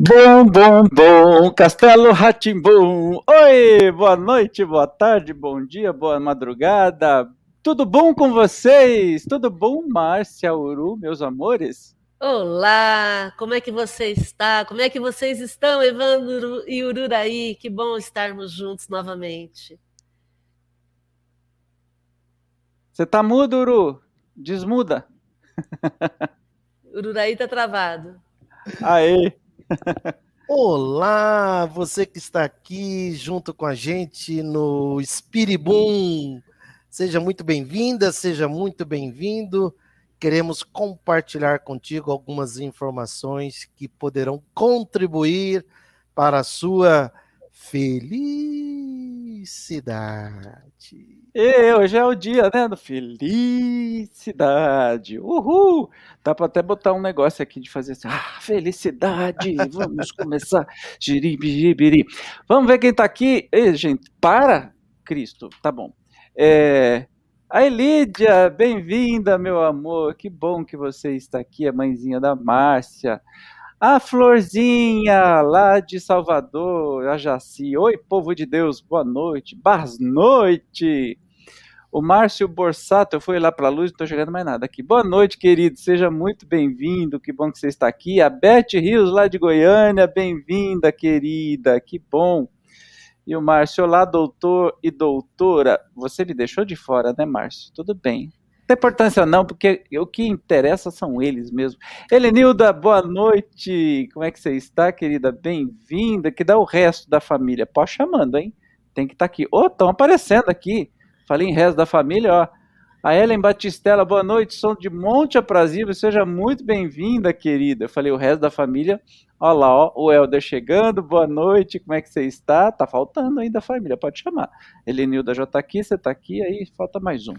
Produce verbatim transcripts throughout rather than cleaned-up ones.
Bom, bom, bom, Castelo Rá-Tim-Bum. Oi, boa noite, boa tarde, bom dia, boa madrugada. Tudo bom com vocês? Tudo bom, Márcia Uru, meus amores? Olá, como é que você está? Como é que vocês estão, Evandro e Ururaí? Que bom estarmos juntos novamente. Você tá mudo, Uru? Desmuda. Ururaí está travado. Aê! Olá, você que está aqui junto com a gente no Espiribum. Seja muito bem-vinda, seja muito bem-vindo. Queremos compartilhar contigo algumas informações que poderão contribuir para a sua felicidade. E hoje é o dia, né, do felicidade. Uhul! Dá para até botar um negócio aqui de fazer assim, ah, felicidade, vamos começar. Giribiribiri. Vamos ver quem tá aqui. Ei, gente, para, Cristo, tá bom. É... A Elídia, bem-vinda, meu amor, que bom que você está aqui, a mãezinha da Márcia. A Florzinha, lá de Salvador, a Jaci. Oi, povo de Deus, boa noite. Boas noite. O Márcio Borsato, eu fui lá para a luz, não estou jogando mais nada aqui. Boa noite, querido, seja muito bem-vindo, que bom que você está aqui. A Beth Rios, lá de Goiânia, bem-vinda, querida, que bom. E o Márcio, olá, doutor e doutora. Você me deixou de fora, né, Márcio? Tudo bem. Não tem importância não, porque o que interessa são eles mesmo. Helenilda, boa noite. Como é que você está, querida? Bem-vinda. Que dá o resto da família. Pode chamando, hein? Tem que estar aqui. Ô, oh, estão aparecendo aqui. Falei em resto da família, ó. A Ellen Batistella, boa noite. Sou de Monte Aprazível. Seja muito bem-vinda, querida. Eu falei o resto da família. Olha lá, ó, o Helder chegando, boa noite, como é que você está? Tá faltando ainda a família, pode chamar. Helenilda já está aqui, você está aqui, aí falta mais um.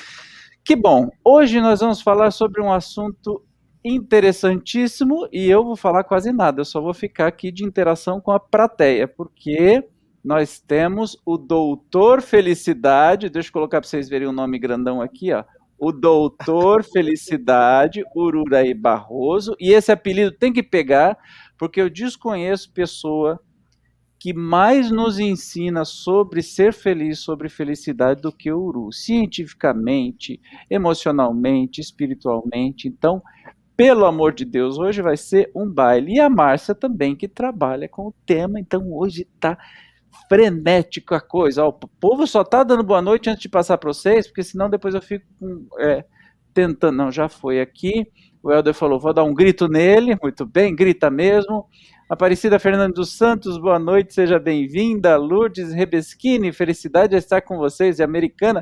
Que bom, hoje nós vamos falar sobre um assunto interessantíssimo e eu vou falar quase nada, eu só vou ficar aqui de interação com a plateia, porque nós temos o Doutor Felicidade, deixa eu colocar para vocês verem o nome grandão aqui, ó. O Doutor Felicidade Ururaí Barroso, e esse apelido tem que pegar, porque eu desconheço pessoa que mais nos ensina sobre ser feliz, sobre felicidade do que o Uru, cientificamente, emocionalmente, espiritualmente. Então, pelo amor de Deus, hoje vai ser um baile. E a Márcia também, que trabalha com o tema, então hoje está frenético a coisa. Ó, o povo só tá dando boa noite antes de passar para vocês, porque senão depois eu fico é, tentando. Não, já foi aqui. O Helder falou, vou dar um grito nele. Muito bem, grita mesmo. Aparecida Fernanda dos Santos, boa noite, seja bem-vinda. Lourdes Rebeschini, felicidade de estar com vocês, e Americana.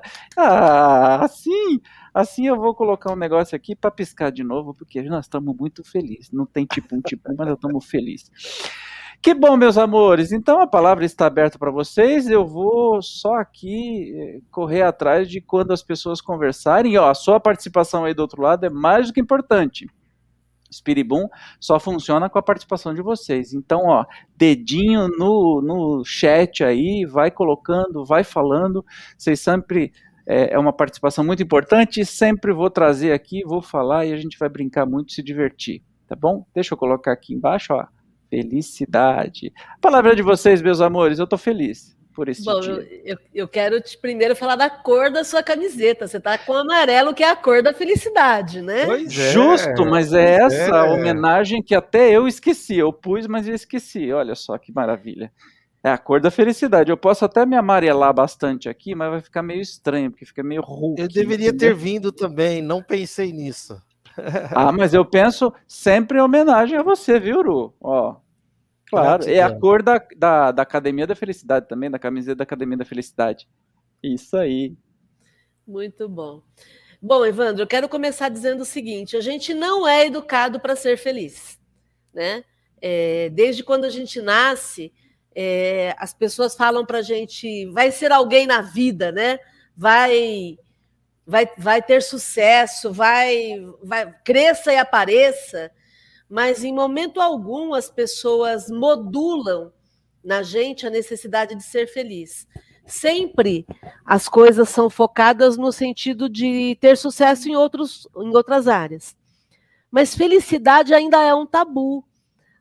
Ah, assim, assim eu vou colocar um negócio aqui para piscar de novo, porque nós estamos muito felizes. Não tem tipo um tipo, mas nós estamos felizes. Que bom, meus amores, então a palavra está aberta para vocês, eu vou só aqui correr atrás de quando as pessoas conversarem, ó, a sua participação aí do outro lado é mais do que importante. Espiribum só funciona com a participação de vocês, então, ó, dedinho no, no chat aí, vai colocando, vai falando, vocês sempre, é, é uma participação muito importante, sempre vou trazer aqui, vou falar e a gente vai brincar muito, se divertir, tá bom? Deixa eu colocar aqui embaixo, ó. Felicidade. A palavra é de vocês, meus amores. Eu tô feliz por esse Bom, dia. Eu, eu quero te primeiro falar da cor da sua camiseta. Você tá com amarelo, que é a cor da felicidade, né? Pois Justo, é, mas é essa é. homenagem que até eu esqueci. Eu pus, mas eu esqueci. Olha só que maravilha. É a cor da felicidade. Eu posso até me amarelar bastante aqui, mas vai ficar meio estranho, porque fica meio Hulk. Eu deveria entendeu? ter vindo também, não pensei nisso. Ah, mas eu penso sempre em homenagem a você, viu, Uru? Ó, claro, é a cor da, da, da Academia da Felicidade também, da camiseta da Academia da Felicidade. Isso aí. Muito bom. Bom, Evandro, eu quero começar dizendo o seguinte, a gente não é educado para ser feliz, né? É, desde quando a gente nasce, é, as pessoas falam para a gente, vai ser alguém na vida, né? Vai... Vai, vai ter sucesso, vai, vai, cresça e apareça, mas em momento algum as pessoas modulam na gente a necessidade de ser feliz. Sempre as coisas são focadas no sentido de ter sucesso em, outros, em outras áreas. Mas felicidade ainda é um tabu.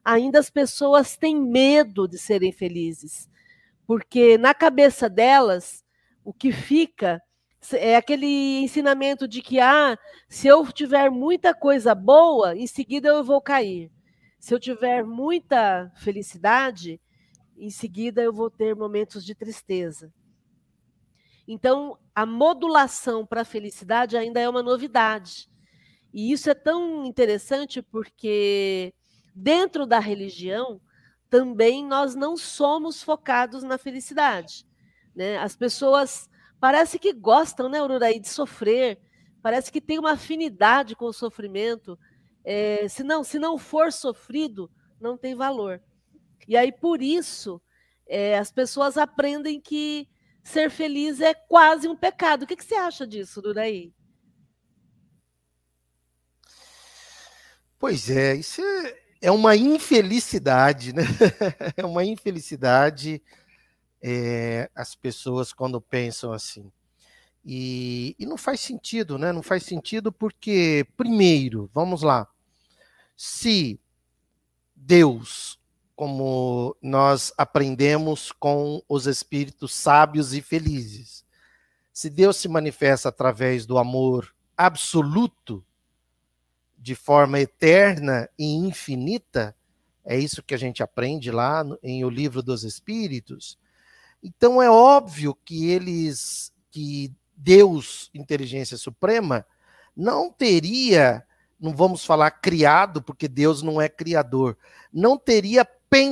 ainda as pessoas têm medo de serem felizes, porque na cabeça delas, o que fica é aquele ensinamento de que, ah, se eu tiver muita coisa boa, em seguida eu vou cair. Se eu tiver muita felicidade, em seguida eu vou ter momentos de tristeza. Então, a modulação para a felicidade ainda é uma novidade. E isso é tão interessante porque dentro da religião também nós não somos focados na felicidade, né? As pessoas parece que gostam, né, Ururaí, de sofrer, parece que tem uma afinidade com o sofrimento. É, se não, se não for sofrido, não tem valor. E aí, por isso, é, as pessoas aprendem que ser feliz é quase um pecado. O que, que você acha disso, Ururaí? Pois é, isso é, é uma infelicidade, né? É uma infelicidade é, as pessoas quando pensam assim. E, e não faz sentido, né? Não faz sentido porque, primeiro, vamos lá, se Deus, como nós aprendemos com os espíritos sábios e felizes, se Deus se manifesta através do amor absoluto, de forma eterna e infinita, é isso que a gente aprende lá no, em O Livro dos Espíritos. Então é óbvio que eles, que Deus, inteligência suprema, não teria, não vamos falar criado, porque Deus não é criador, não teria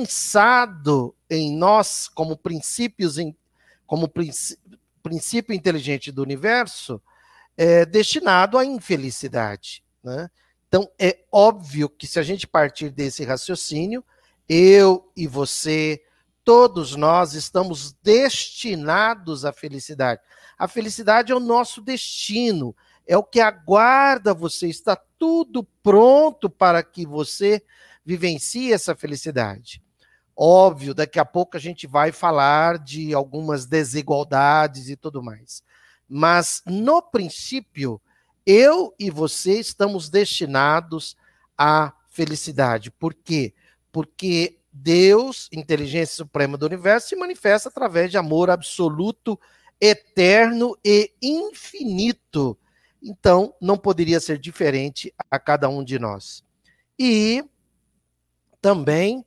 pensado em nós como princípios, em, como princ, princípio inteligente do universo, é, destinado à infelicidade, né? Então, é óbvio que se a gente partir desse raciocínio, eu e você, todos nós estamos destinados à felicidade. A felicidade é o nosso destino, é o que aguarda você, está tudo pronto para que você vivencie essa felicidade. Óbvio, daqui a pouco a gente vai falar de algumas desigualdades e tudo mais. Mas, no princípio, eu e você estamos destinados à felicidade. Por quê? Porque Deus, inteligência suprema do universo, se manifesta através de amor absoluto, eterno e infinito. Então, não poderia ser diferente a cada um de nós. E também,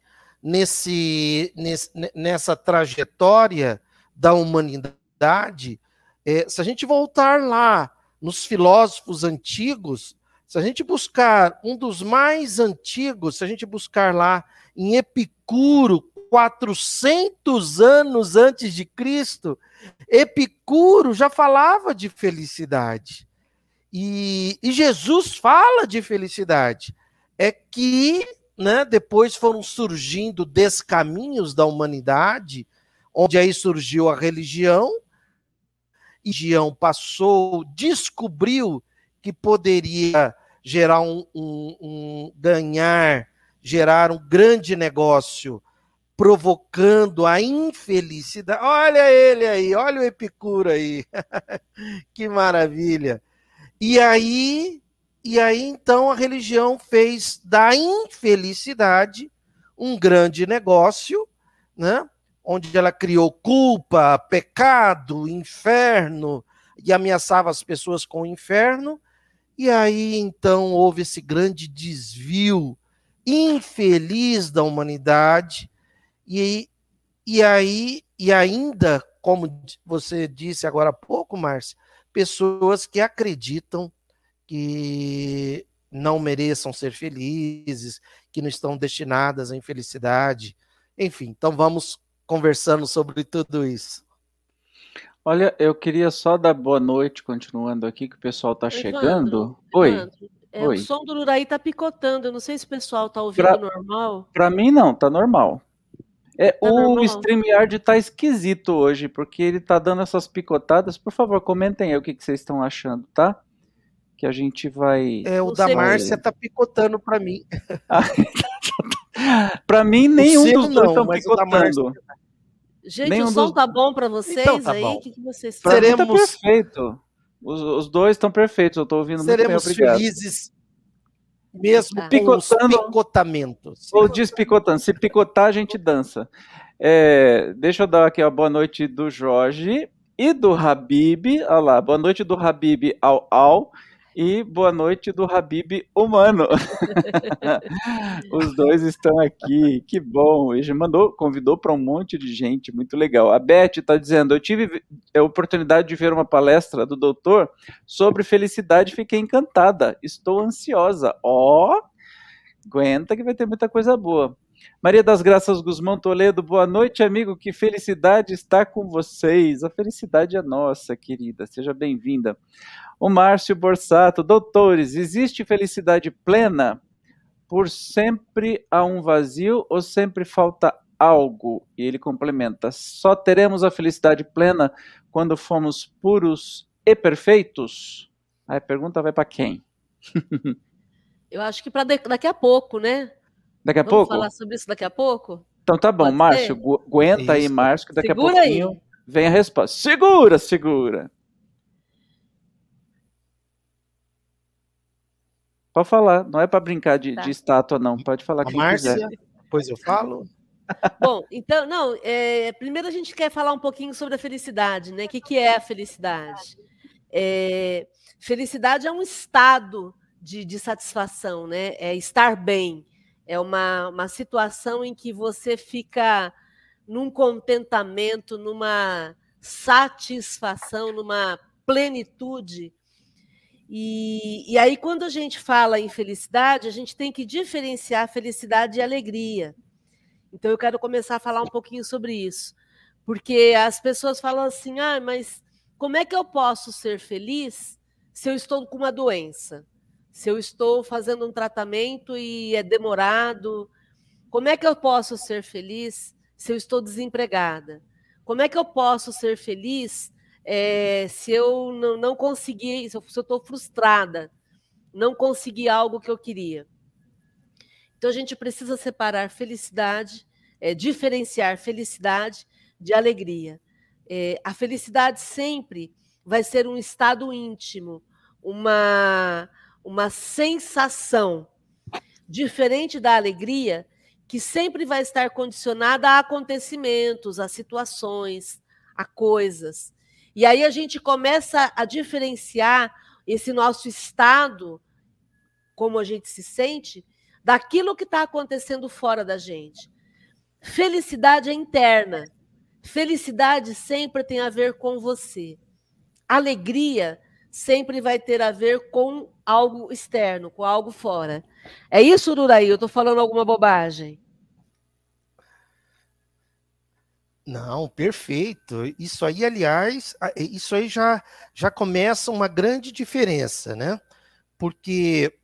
nesse, nesse, nessa trajetória da humanidade, é, se a gente voltar lá nos filósofos antigos, se a gente buscar um dos mais antigos, se a gente buscar lá em Epicuro, quatrocentos anos antes de Cristo, Epicuro já falava de felicidade. E, e Jesus fala de felicidade. É que, né, depois foram surgindo descaminhos da humanidade, onde aí surgiu a religião, e a religião passou, descobriu que poderia gerar um, um, um ganhar, gerar um grande negócio, provocando a infelicidade. Olha ele aí, olha o Epicuro aí. Que maravilha. E aí, e aí, então, a religião fez da infelicidade um grande negócio, né? Onde ela criou culpa, pecado, inferno, e ameaçava as pessoas com o inferno. E aí, então, houve esse grande desvio infeliz da humanidade. E, e aí, e ainda, como você disse agora há pouco, Márcia, pessoas que acreditam que não mereçam ser felizes, que não estão destinadas à infelicidade. Enfim, então vamos conversando sobre tudo isso. Olha, eu queria só dar boa noite, continuando aqui, que o pessoal está chegando. Oi. Evandro, é, Oi. o som do Ururaí está picotando, eu não sei se o pessoal está ouvindo pra, normal. Para mim não, tá normal. É, tá o normal. StreamYard tá esquisito hoje, porque ele tá dando essas picotadas. Por favor, comentem aí o que, que vocês estão achando, tá? Que a gente vai... É, o da Márcia tá picotando para mim. Para mim, nenhum dos dois estão tá picotando. Gente, nenhum o som dos... tá bom para vocês então, tá aí? O que, que vocês falam? Seremos... Tá perfeito. Os, os dois estão perfeitos, eu tô ouvindo Seremos muito bem, obrigado. Felizes. Mesmo Tá. com os Picotando. picotamentos. Ou despicotando. Se picotar, a gente dança. É, deixa eu dar aqui a boa noite do Jorge e do Habib. Olha lá, boa noite do Habib ao ao e boa noite do Habib humano. Os dois estão aqui, que bom. Ele mandou, convidou para um monte de gente, muito legal. A Beth está dizendo, eu tive a oportunidade de ver uma palestra do doutor sobre felicidade e fiquei encantada. Estou ansiosa. Ó, oh, aguenta que vai ter muita coisa boa. Maria das Graças Guzmão Toledo, boa noite, amigo, que felicidade estar com vocês. A felicidade é nossa, querida, seja bem-vinda. O Márcio Borsato, doutores, existe felicidade plena? Por sempre há um vazio ou sempre falta algo? E ele complementa, só teremos a felicidade plena quando fomos puros e perfeitos? Aí a pergunta vai para quem? Eu acho que para daqui a pouco, né? Daqui a Vamos pouco? falar sobre isso daqui a pouco? Então tá bom, Pode Márcio, ser? aguenta aí, Isso. Márcio, que daqui Segura a pouquinho aí. vem a resposta. Segura, segura. Pode falar, não é para brincar de, Tá. de estátua, não. Pode falar A quem Márcia, quiser. depois eu falo. Bom, então, não, é, primeiro a gente quer falar um pouquinho sobre a felicidade, né? O que, que é a felicidade? É, felicidade é um estado de, de satisfação, né? É estar bem. É uma, uma situação em que você fica num contentamento, numa satisfação, numa plenitude. E, e aí, quando a gente fala em felicidade, a gente tem que diferenciar felicidade e alegria. Então, eu quero começar a falar um pouquinho sobre isso. Porque as pessoas falam assim, ah, mas como é que eu posso ser feliz se eu estou com uma doença? Se eu estou fazendo um tratamento e é demorado? Como é que eu posso ser feliz se eu estou desempregada? Como é que eu posso ser feliz é, se eu não, não consegui, se eu estou frustrada, não consegui algo que eu queria? Então, a gente precisa separar felicidade, é, diferenciar felicidade de alegria. É, a felicidade sempre vai ser um estado íntimo, uma, uma sensação, diferente da alegria, que sempre vai estar condicionada a acontecimentos, a situações, a coisas. E aí a gente começa a diferenciar esse nosso estado, como a gente se sente, daquilo que está acontecendo fora da gente. Felicidade é interna. Felicidade sempre tem a ver com você. Alegria sempre vai ter a ver com algo externo, com algo fora. É isso, Uraí? Eu estou falando alguma bobagem? Não, perfeito. Isso aí, aliás, isso aí já, já começa uma grande diferença, né? Porque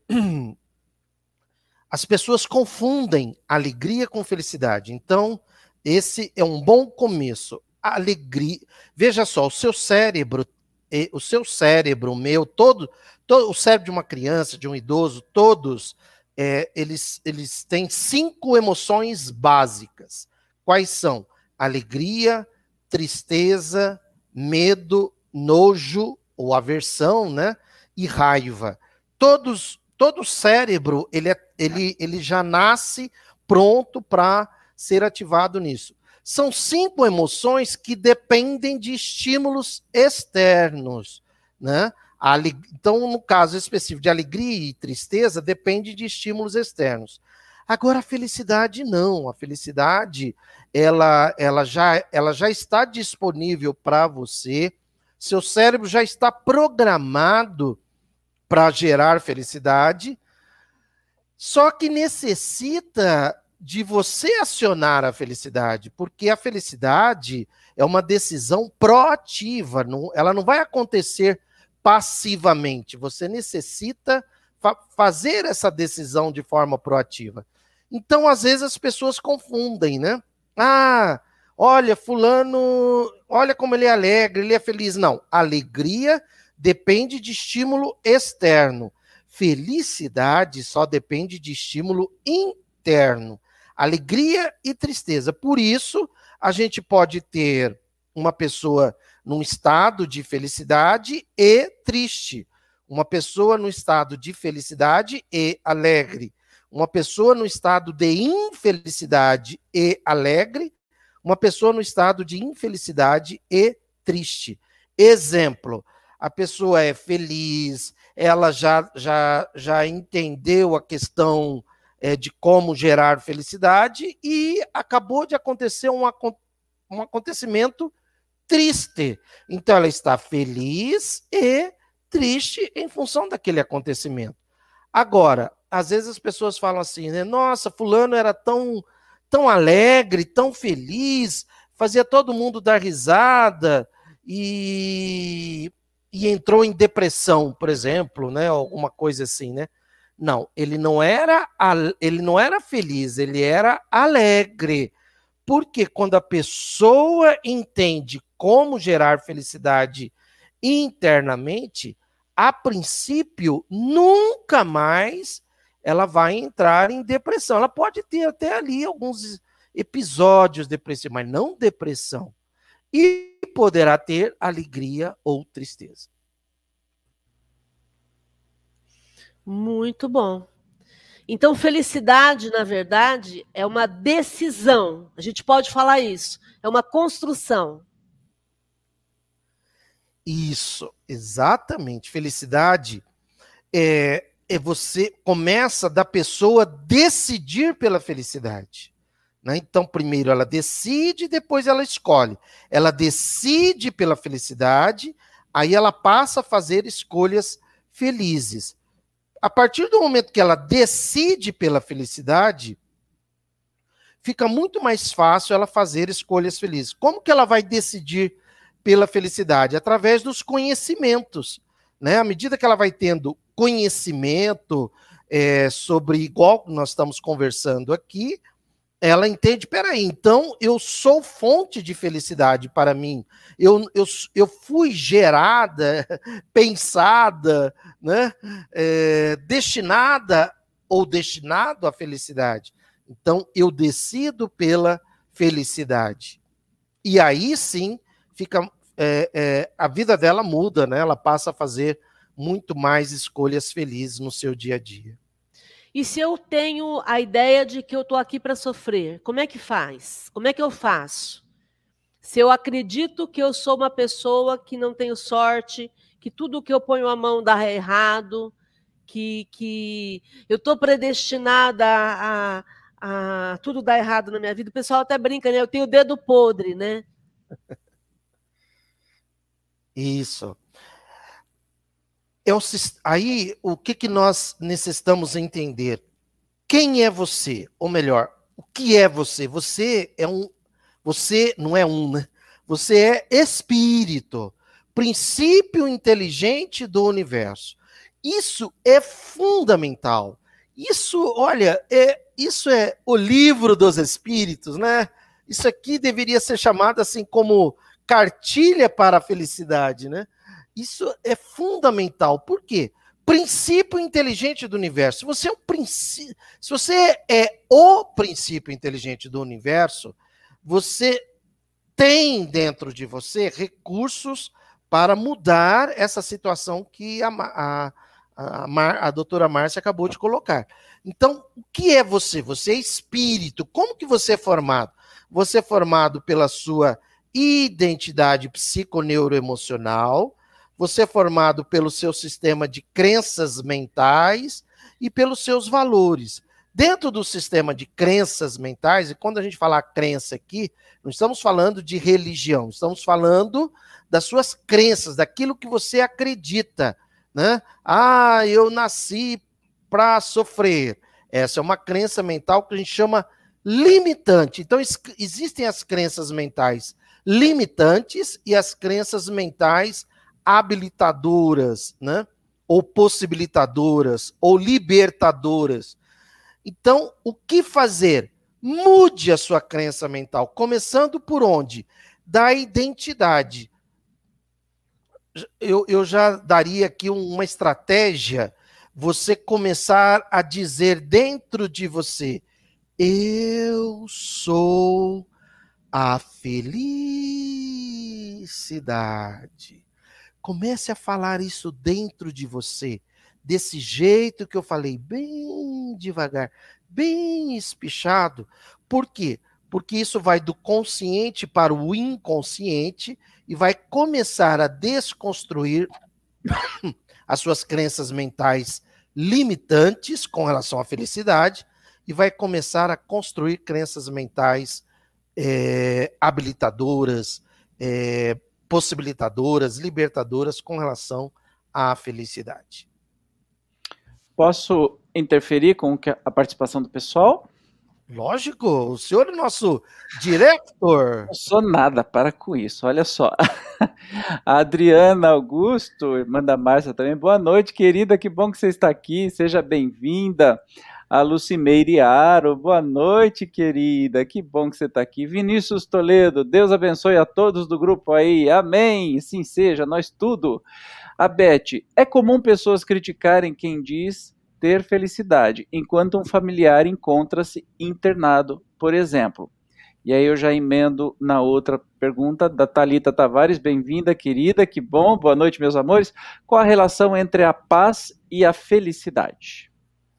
as pessoas confundem alegria com felicidade. Então, esse é um bom começo. A alegria. Veja só, o seu cérebro, o seu cérebro, o meu, todo, todo o cérebro de uma criança, de um idoso, todos, é, eles, eles têm cinco emoções básicas. Quais são? Alegria, tristeza, medo, nojo ou aversão, né? E raiva. Todos, todo cérebro ele, é, ele, ele já nasce pronto para ser ativado nisso. São cinco emoções que dependem de estímulos externos, né? Então, no caso específico de alegria e tristeza, depende de estímulos externos. Agora, a felicidade não. A felicidade, ela, ela, já, ela já está disponível para você. Seu cérebro já está programado para gerar felicidade, só que necessita de você acionar a felicidade, porque a felicidade é uma decisão proativa, não, ela não vai acontecer passivamente. Você necessita fa- fazer essa decisão de forma proativa. Então, às vezes, as pessoas confundem, né? Ah, olha, fulano, olha como ele é alegre, ele é feliz. Não, alegria depende de estímulo externo. Felicidade só depende de estímulo interno. Alegria e tristeza. Por isso, a gente pode ter uma pessoa num estado de felicidade e triste. Uma pessoa no estado de felicidade e alegre. Uma pessoa no estado de infelicidade e alegre. Uma pessoa no estado de infelicidade e triste. Exemplo, a pessoa é feliz, ela já, já, já entendeu a questão é, de como gerar felicidade e acabou de acontecer um, um acontecimento triste. Então, ela está feliz e triste em função daquele acontecimento. Agora, às vezes as pessoas falam assim, né? Nossa, fulano era tão, tão alegre, tão feliz, fazia todo mundo dar risada e, e entrou em depressão, por exemplo, né? Alguma coisa assim, né? Não, ele não era, ele não era feliz, ele era alegre. Porque quando a pessoa entende como gerar felicidade internamente, a princípio, nunca mais ela vai entrar em depressão. Ela pode ter até ali alguns episódios depressivos, mas não depressão. E poderá ter alegria ou tristeza. Muito bom. Então, felicidade, na verdade, é uma decisão. A gente pode falar isso. É uma construção. Isso, exatamente. Felicidade é, é você começa da pessoa decidir pela felicidade. Né? Então, primeiro ela decide, depois ela escolhe. Ela decide pela felicidade, aí ela passa a fazer escolhas felizes. A partir do momento que ela decide pela felicidade, fica muito mais fácil ela fazer escolhas felizes. Como que ela vai decidir pela felicidade? Através dos conhecimentos. Né? À medida que ela vai tendo conhecimento é, sobre, igual nós estamos conversando aqui, ela entende, peraí, então eu sou fonte de felicidade para mim. Eu, eu, eu fui gerada, pensada, né, é, destinada ou destinado à felicidade. Então, eu decido pela felicidade. E aí, sim, fica, é, é, a vida dela muda, né? Ela passa a fazer muito mais escolhas felizes no seu dia a dia. E se eu tenho a ideia de que eu estou aqui para sofrer, como é que faz? Como é que eu faço? Se eu acredito que eu sou uma pessoa que não tenho sorte, que tudo que eu ponho a mão dá errado, que, que eu estou predestinada a, a, a tudo dar errado na minha vida, o pessoal até brinca, né? Eu tenho o dedo podre, né? Isso. É o, aí, o que, que nós necessitamos entender? Quem é você? Ou melhor, o que é você? Você é um. Você não é um, né? Você é espírito, princípio inteligente do universo. Isso é fundamental. Isso, olha, é, isso é o livro dos espíritos, né? Isso aqui deveria ser chamado assim como cartilha para a felicidade, né? Isso é fundamental. Por quê? Princípio inteligente do universo. Se você é um princípio, se você é o princípio inteligente do universo, você tem dentro de você recursos para mudar essa situação que a, a, a, Mar, a doutora Márcia acabou de colocar. Então, o que é você? Você é espírito. Como que você é formado? Você é formado pela sua identidade psiconeuroemocional, você é formado pelo seu sistema de crenças mentais e pelos seus valores. Dentro do sistema de crenças mentais, e quando a gente falar crença aqui, não estamos falando de religião, estamos falando das suas crenças, daquilo que você acredita. Né? Ah, eu nasci para sofrer. Essa é uma crença mental que a gente chama limitante. Então, existem as crenças mentais limitantes e as crenças mentais habilitadoras, né? Ou possibilitadoras, ou libertadoras. Então, o que fazer? Mude a sua crença mental, começando por onde? Da identidade. Eu, eu já daria aqui uma estratégia, você começar a dizer dentro de você, eu sou a felicidade. Comece a falar isso dentro de você, desse jeito que eu falei, bem devagar, bem espichado. Por quê? Porque isso vai do consciente para o inconsciente e vai começar a desconstruir as suas crenças mentais limitantes com relação à felicidade e vai começar a construir crenças mentais é, habilitadoras, é, possibilitadoras, libertadoras com relação à felicidade. Posso interferir com a participação do pessoal? Lógico, o senhor é nosso diretor. Não sou nada, para com isso, olha só. A Adriana Augusto, irmã da Márcia também, boa noite, querida, que bom que você está aqui, seja bem-vinda. A Lucimeire Aro, boa noite, querida, que bom que você está aqui. Vinícius Toledo, Deus abençoe a todos do grupo aí, amém, assim seja, nós tudo. A Beth, é comum pessoas criticarem quem diz ter felicidade, enquanto um familiar encontra-se internado, por exemplo. E aí eu já emendo na outra pergunta da Thalita Tavares, bem-vinda, querida, que bom, boa noite, meus amores. Qual a relação entre a paz e a felicidade?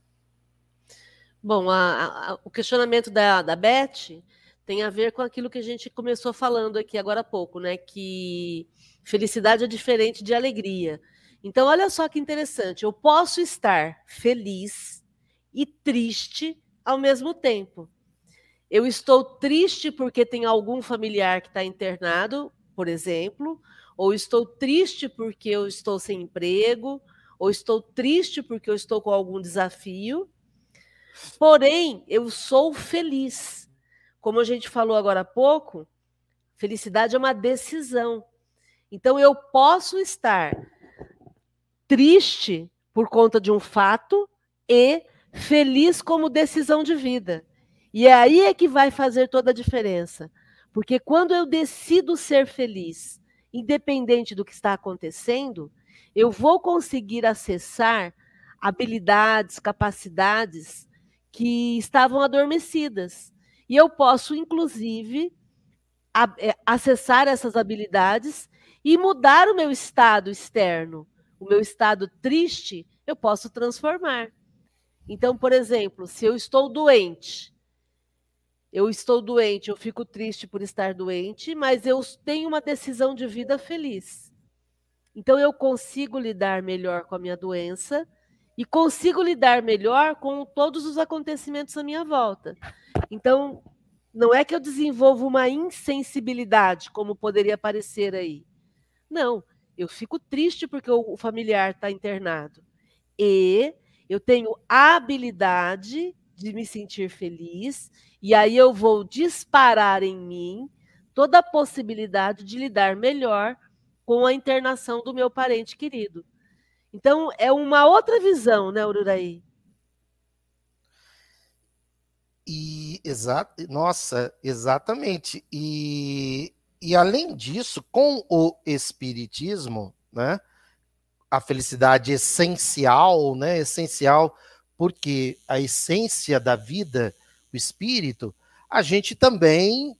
Bom, a, a, o questionamento da, da Beth tem a ver com aquilo que a gente começou falando aqui agora há pouco, né? Que felicidade é diferente de alegria. Então, olha só que interessante, eu posso estar feliz e triste ao mesmo tempo. Eu estou triste porque tem algum familiar que está internado, por exemplo, ou estou triste porque eu estou sem emprego, ou estou triste porque eu estou com algum desafio. Porém, eu sou feliz. Como a gente falou agora há pouco, felicidade é uma decisão. Então, eu posso estar triste por conta de um fato e feliz como decisão de vida. E é aí é que vai fazer toda a diferença. Porque quando eu decido ser feliz, independente do que está acontecendo, eu vou conseguir acessar habilidades, capacidades que estavam adormecidas. E eu posso, inclusive, a, é, acessar essas habilidades e mudar o meu estado externo. O meu estado triste, eu posso transformar. Então, por exemplo, se eu estou doente, eu estou doente, eu fico triste por estar doente, mas eu tenho uma decisão de vida feliz. Então, eu consigo lidar melhor com a minha doença e consigo lidar melhor com todos os acontecimentos à minha volta. Então, não é que eu desenvolvo uma insensibilidade, como poderia parecer aí. Não, eu fico triste porque o familiar está internado. E eu tenho a habilidade de me sentir feliz, e aí eu vou disparar em mim toda a possibilidade de lidar melhor com a internação do meu parente querido. Então, é uma outra visão, né, Ururaí? E, exa nossa, exatamente. E, e além disso, com o espiritismo, né, a felicidade essencial, né, essencial, porque a essência da vida, o espírito, a gente também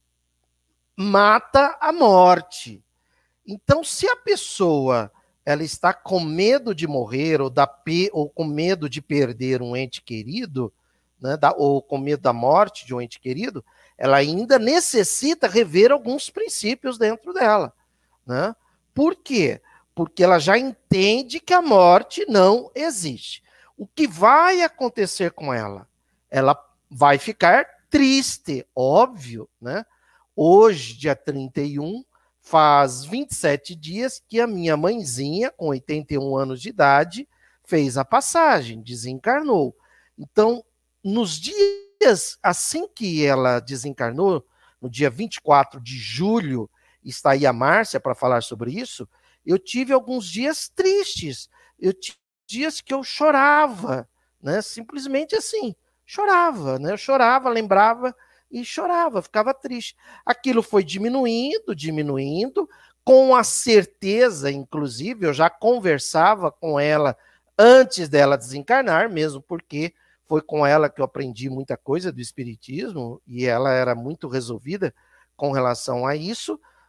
mata a morte. Então, se a pessoa ela está com medo de morrer ou, da, ou com medo de perder um ente querido, né, da, ou com medo da morte de um ente querido, ela ainda necessita rever alguns princípios dentro dela. Né? Por quê? Porque ela já entende que a morte não existe. O que vai acontecer com ela? Ela vai ficar triste, óbvio. Né? Hoje, dia trinta e um, faz vinte e sete dias que a minha mãezinha, com oitenta e um anos de idade, fez a passagem, desencarnou. Então, nos dias, assim que ela desencarnou, no dia vinte e quatro de julho, está aí a Márcia para falar sobre isso, eu tive alguns dias tristes, eu tive dias que eu chorava, né? Simplesmente assim, chorava, né? Eu chorava, lembrava e chorava, ficava triste. Aquilo foi diminuindo, diminuindo, com a certeza, inclusive, eu já conversava com ela antes dela desencarnar, mesmo porque foi com ela que eu aprendi muita coisa do espiritismo, e ela era muito resolvida com relação a isso.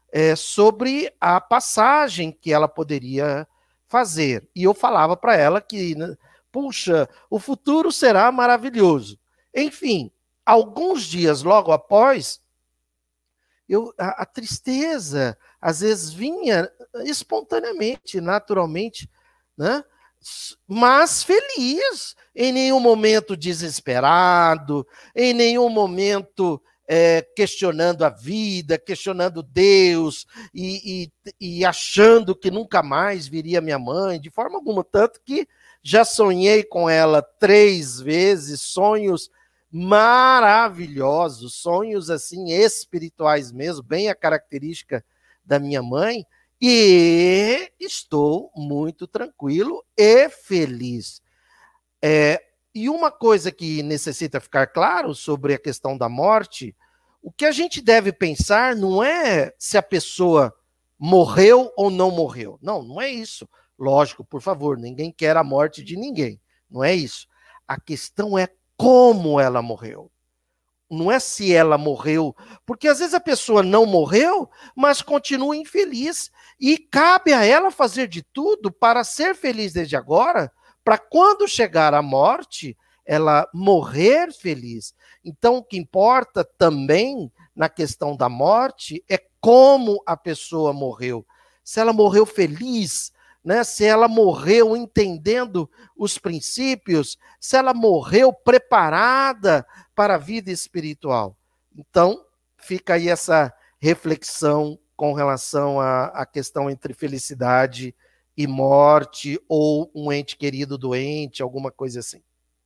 é, sobre a passagem que ela poderia fazer. E eu falava para ela que, puxa, o futuro será maravilhoso. Enfim, alguns dias logo após, eu, a, a tristeza às vezes vinha espontaneamente, naturalmente, né? Mas feliz, em nenhum momento desesperado, em nenhum momento é, questionando a vida, questionando Deus e, e, e achando que nunca mais viria minha mãe, de forma alguma, tanto que já sonhei com ela três vezes, sonhos maravilhosos, sonhos assim espirituais mesmo, bem a característica da minha mãe, e estou muito tranquilo e feliz. É, e uma coisa que necessita ficar claro sobre a questão da morte, o que a gente deve pensar não é se a pessoa morreu ou não morreu. Não, não é isso. Lógico, por favor, ninguém quer a morte de ninguém. Não é isso. A questão é como ela morreu. Não é se ela morreu, porque às vezes a pessoa não morreu, mas continua infeliz. E cabe a ela fazer de tudo para ser feliz desde agora, para quando chegar a morte, ela morrer feliz. Então, o que importa também na questão da morte é como a pessoa morreu. Se ela morreu feliz, né? Se ela morreu entendendo os princípios, se ela morreu preparada para a vida espiritual. Então, fica aí essa reflexão com relação à, à questão entre felicidade e morte, ou um ente querido doente, alguma coisa assim.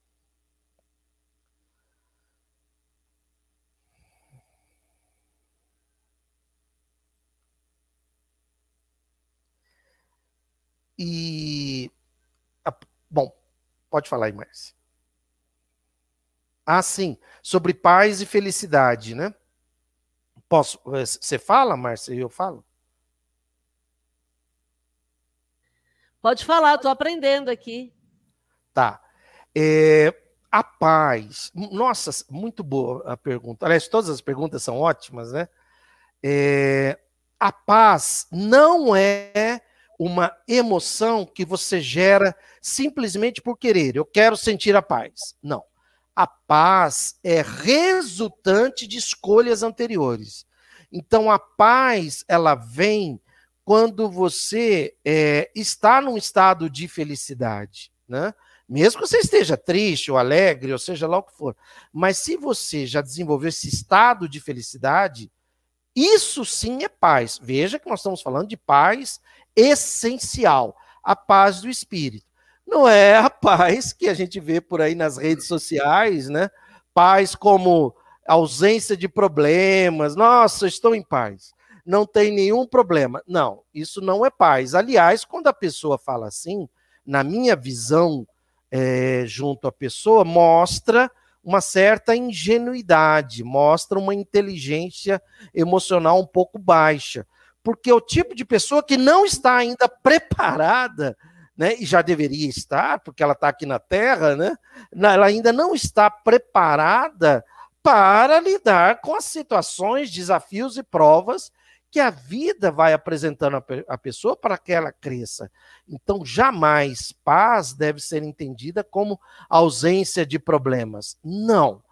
E, bom, pode falar aí, Márcia. Ah, sim, sobre paz e felicidade, né? Posso? Você fala, Márcia, e eu falo? Pode falar, estou aprendendo aqui. Tá. É, a paz. Nossa, muito boa a pergunta. Aliás, todas as perguntas são ótimas, né? É, a paz não é uma emoção que você gera simplesmente por querer. Eu quero sentir a paz. Não. A paz é resultante de escolhas anteriores. Então, a paz, ela vem quando você é, está num estado de felicidade, né? Mesmo que você esteja triste ou alegre, ou seja lá o que for. Mas se você já desenvolveu esse estado de felicidade, isso sim é paz. Veja que nós estamos falando de paz essencial, a paz do espírito. Não é a paz que a gente vê por aí nas redes sociais, né? Paz como ausência de problemas. Nossa, estou em paz. Não tem nenhum problema. Não, isso não é paz. Aliás, quando a pessoa fala assim, na minha visão, é, junto à pessoa, mostra uma certa ingenuidade, mostra uma inteligência emocional um pouco baixa. Porque é o tipo de pessoa que não está ainda preparada, né, e já deveria estar, porque ela está aqui na Terra, né, ela ainda não está preparada para lidar com as situações, desafios e provas que a vida vai apresentando a pessoa para que ela cresça. Então, jamais paz deve ser entendida como ausência de problemas. Não.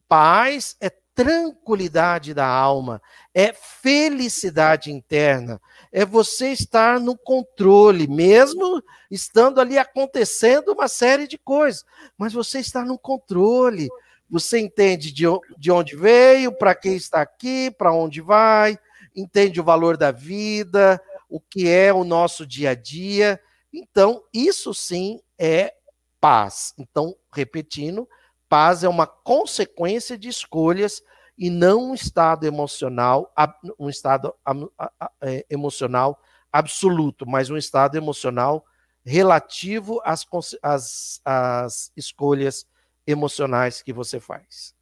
Paz é tranquilidade da alma, é felicidade interna, é você estar no controle, mesmo estando ali acontecendo uma série de coisas, mas você está no controle, você entende de onde veio, para quem está aqui, para onde vai, entende o valor da vida, o que é o nosso dia a dia. Então, isso sim é paz. Então, repetindo, paz é uma consequência de escolhas e não um estado emocional, um estado emocional absoluto, mas um estado emocional relativo às, às, às escolhas emocionais que você faz.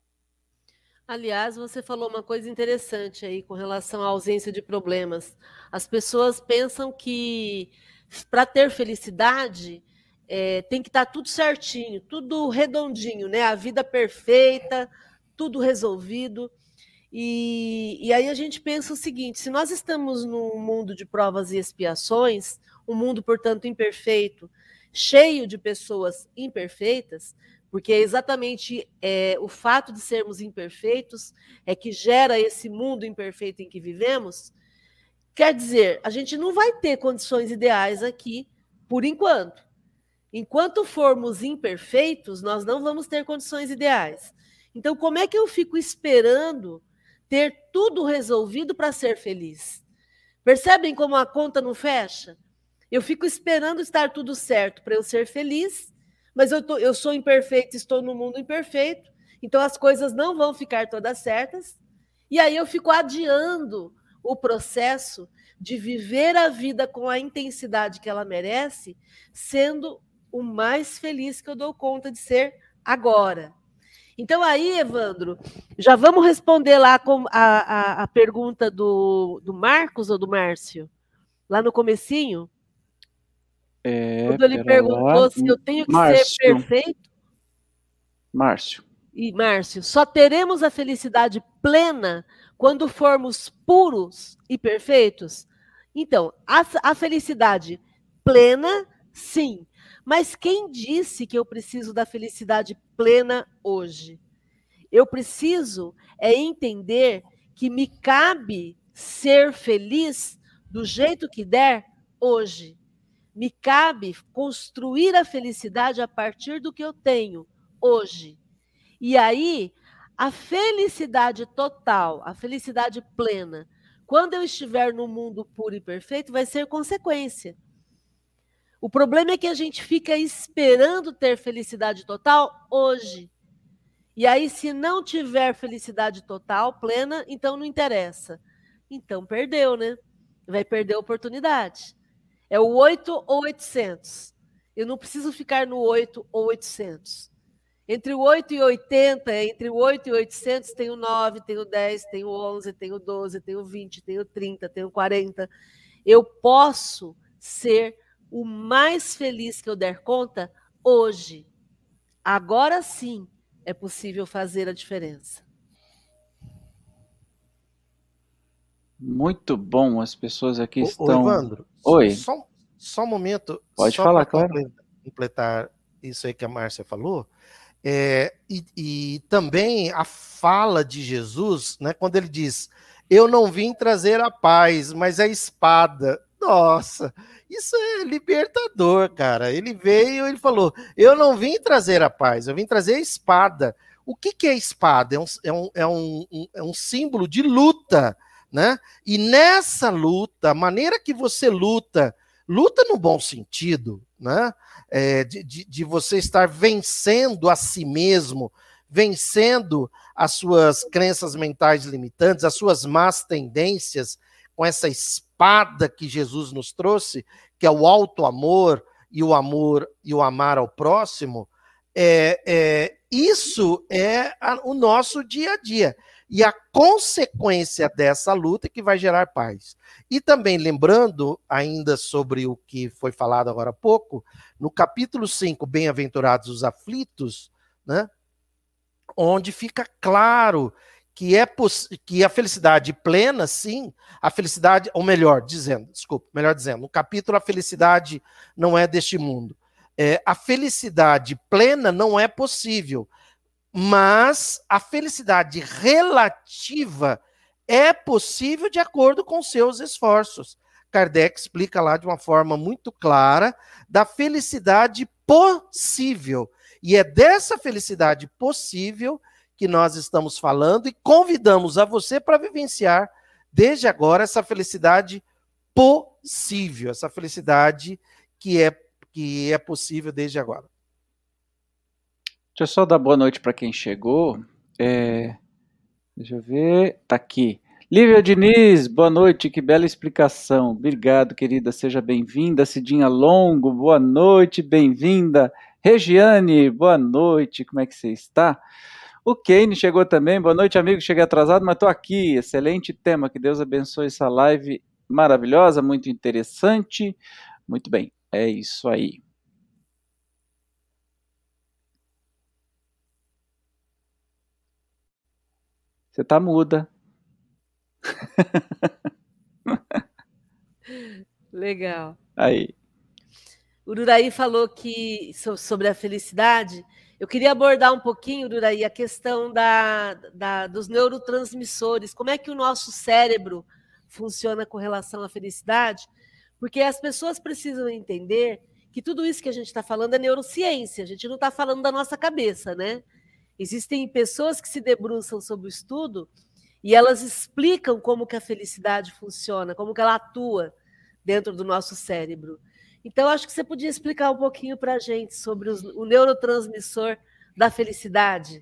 Aliás, você falou uma coisa interessante aí com relação à ausência de problemas. As pessoas pensam que para ter felicidade é, tem que estar tudo certinho, tudo redondinho, né? A vida perfeita, tudo resolvido. E, e aí a gente pensa o seguinte: se nós estamos num mundo de provas e expiações, um mundo, portanto, imperfeito, cheio de pessoas imperfeitas, porque é exatamente é, o fato de sermos imperfeitos é que gera esse mundo imperfeito em que vivemos, quer dizer, a gente não vai ter condições ideais aqui, por enquanto. Enquanto formos imperfeitos, nós não vamos ter condições ideais. Então, como é que eu fico esperando ter tudo resolvido para ser feliz? Percebem como a conta não fecha? Eu fico esperando estar tudo certo para eu ser feliz, mas eu, tô, eu sou imperfeito, estou no mundo imperfeito, então as coisas não vão ficar todas certas. E aí eu fico adiando o processo de viver a vida com a intensidade que ela merece, sendo o mais feliz que eu dou conta de ser agora. Então aí, Evandro, já vamos responder lá com a, a, a pergunta do, do Marcos ou do Márcio? Lá no comecinho? É, Quando ele perguntou lá. se eu tenho que Márcio. ser perfeito. Márcio. E, Márcio, só teremos a felicidade plena quando formos puros e perfeitos? Então, a, a felicidade plena, sim. Mas quem disse que eu preciso da felicidade plena hoje? Eu preciso é entender que me cabe ser feliz do jeito que der hoje. Me cabe construir a felicidade a partir do que eu tenho hoje. E aí, a felicidade total, a felicidade plena, quando eu estiver no mundo puro e perfeito, vai ser consequência. O problema é que a gente fica esperando ter felicidade total hoje. E aí, se não tiver felicidade total, plena, então não interessa. Então perdeu, né? Vai perder a oportunidade. É o oito ou oitocentos. Eu não preciso ficar no oito ou oitocentos. Entre o oito e oitenta, entre o oito e oitocentos, tem o nove, tem o dez, tem o onze, tem o doze, tem o vinte, tem o trinta, tem o quarenta. Eu posso ser o mais feliz que eu der conta hoje. Agora sim é possível fazer a diferença. Muito bom, as pessoas aqui Ô, ô estão... Evandro, Oi. Só, só um momento. Pode só falar, para claro. completar isso aí que a Márcia falou. É, e, e também a fala de Jesus, né, quando ele diz: eu não vim trazer a paz, mas a espada. Nossa, isso é libertador, cara. Ele veio, ele falou: eu não vim trazer a paz, eu vim trazer a espada. O que, que é espada? É um, é, um, é, um, é um símbolo de luta, né? E nessa luta, a maneira que você luta, luta no bom sentido, né? É, de, de, de você estar vencendo a si mesmo, vencendo as suas crenças mentais limitantes, as suas más tendências, com essa espada que Jesus nos trouxe, que é o alto amor e o amor e o amar ao próximo. É, é, isso é a, o nosso dia a dia. E a consequência dessa luta é que vai gerar paz. E também lembrando, ainda sobre o que foi falado agora há pouco, no capítulo cinco, Bem-aventurados os aflitos, né, onde fica claro que, é que a felicidade plena, sim, a felicidade, ou melhor dizendo, desculpa, melhor dizendo, no capítulo A Felicidade Não É Deste Mundo, é, a felicidade plena não é possível, mas a felicidade relativa é possível de acordo com seus esforços. Kardec explica lá de uma forma muito clara da felicidade possível. E é dessa felicidade possível que nós estamos falando e convidamos a você para vivenciar desde agora essa felicidade possível, essa felicidade que é, que é possível desde agora. Deixa eu só dar boa noite para quem chegou. É, deixa eu ver. Tá aqui. Lívia Diniz, boa noite, que bela explicação. Obrigado, querida, seja bem-vinda. Cidinha Longo, boa noite, bem-vinda. Regiane, boa noite, como é que você está? O Kane chegou também, boa noite, amigo, cheguei atrasado, mas estou aqui. Excelente tema, que Deus abençoe essa live maravilhosa, muito interessante. Muito bem, é isso aí. Você tá muda. Legal. Aí. O Ururaí falou que sobre a felicidade. Eu queria abordar um pouquinho, Ururaí, a questão da, da, dos neurotransmissores. Como é que o nosso cérebro funciona com relação à felicidade? Porque as pessoas precisam entender que tudo isso que a gente está falando é neurociência. A gente não está falando da nossa cabeça, né? Existem pessoas que se debruçam sobre o estudo e elas explicam como que a felicidade funciona, como que ela atua dentro do nosso cérebro. Então, acho que você podia explicar um pouquinho para a gente sobre os, o neurotransmissor da felicidade.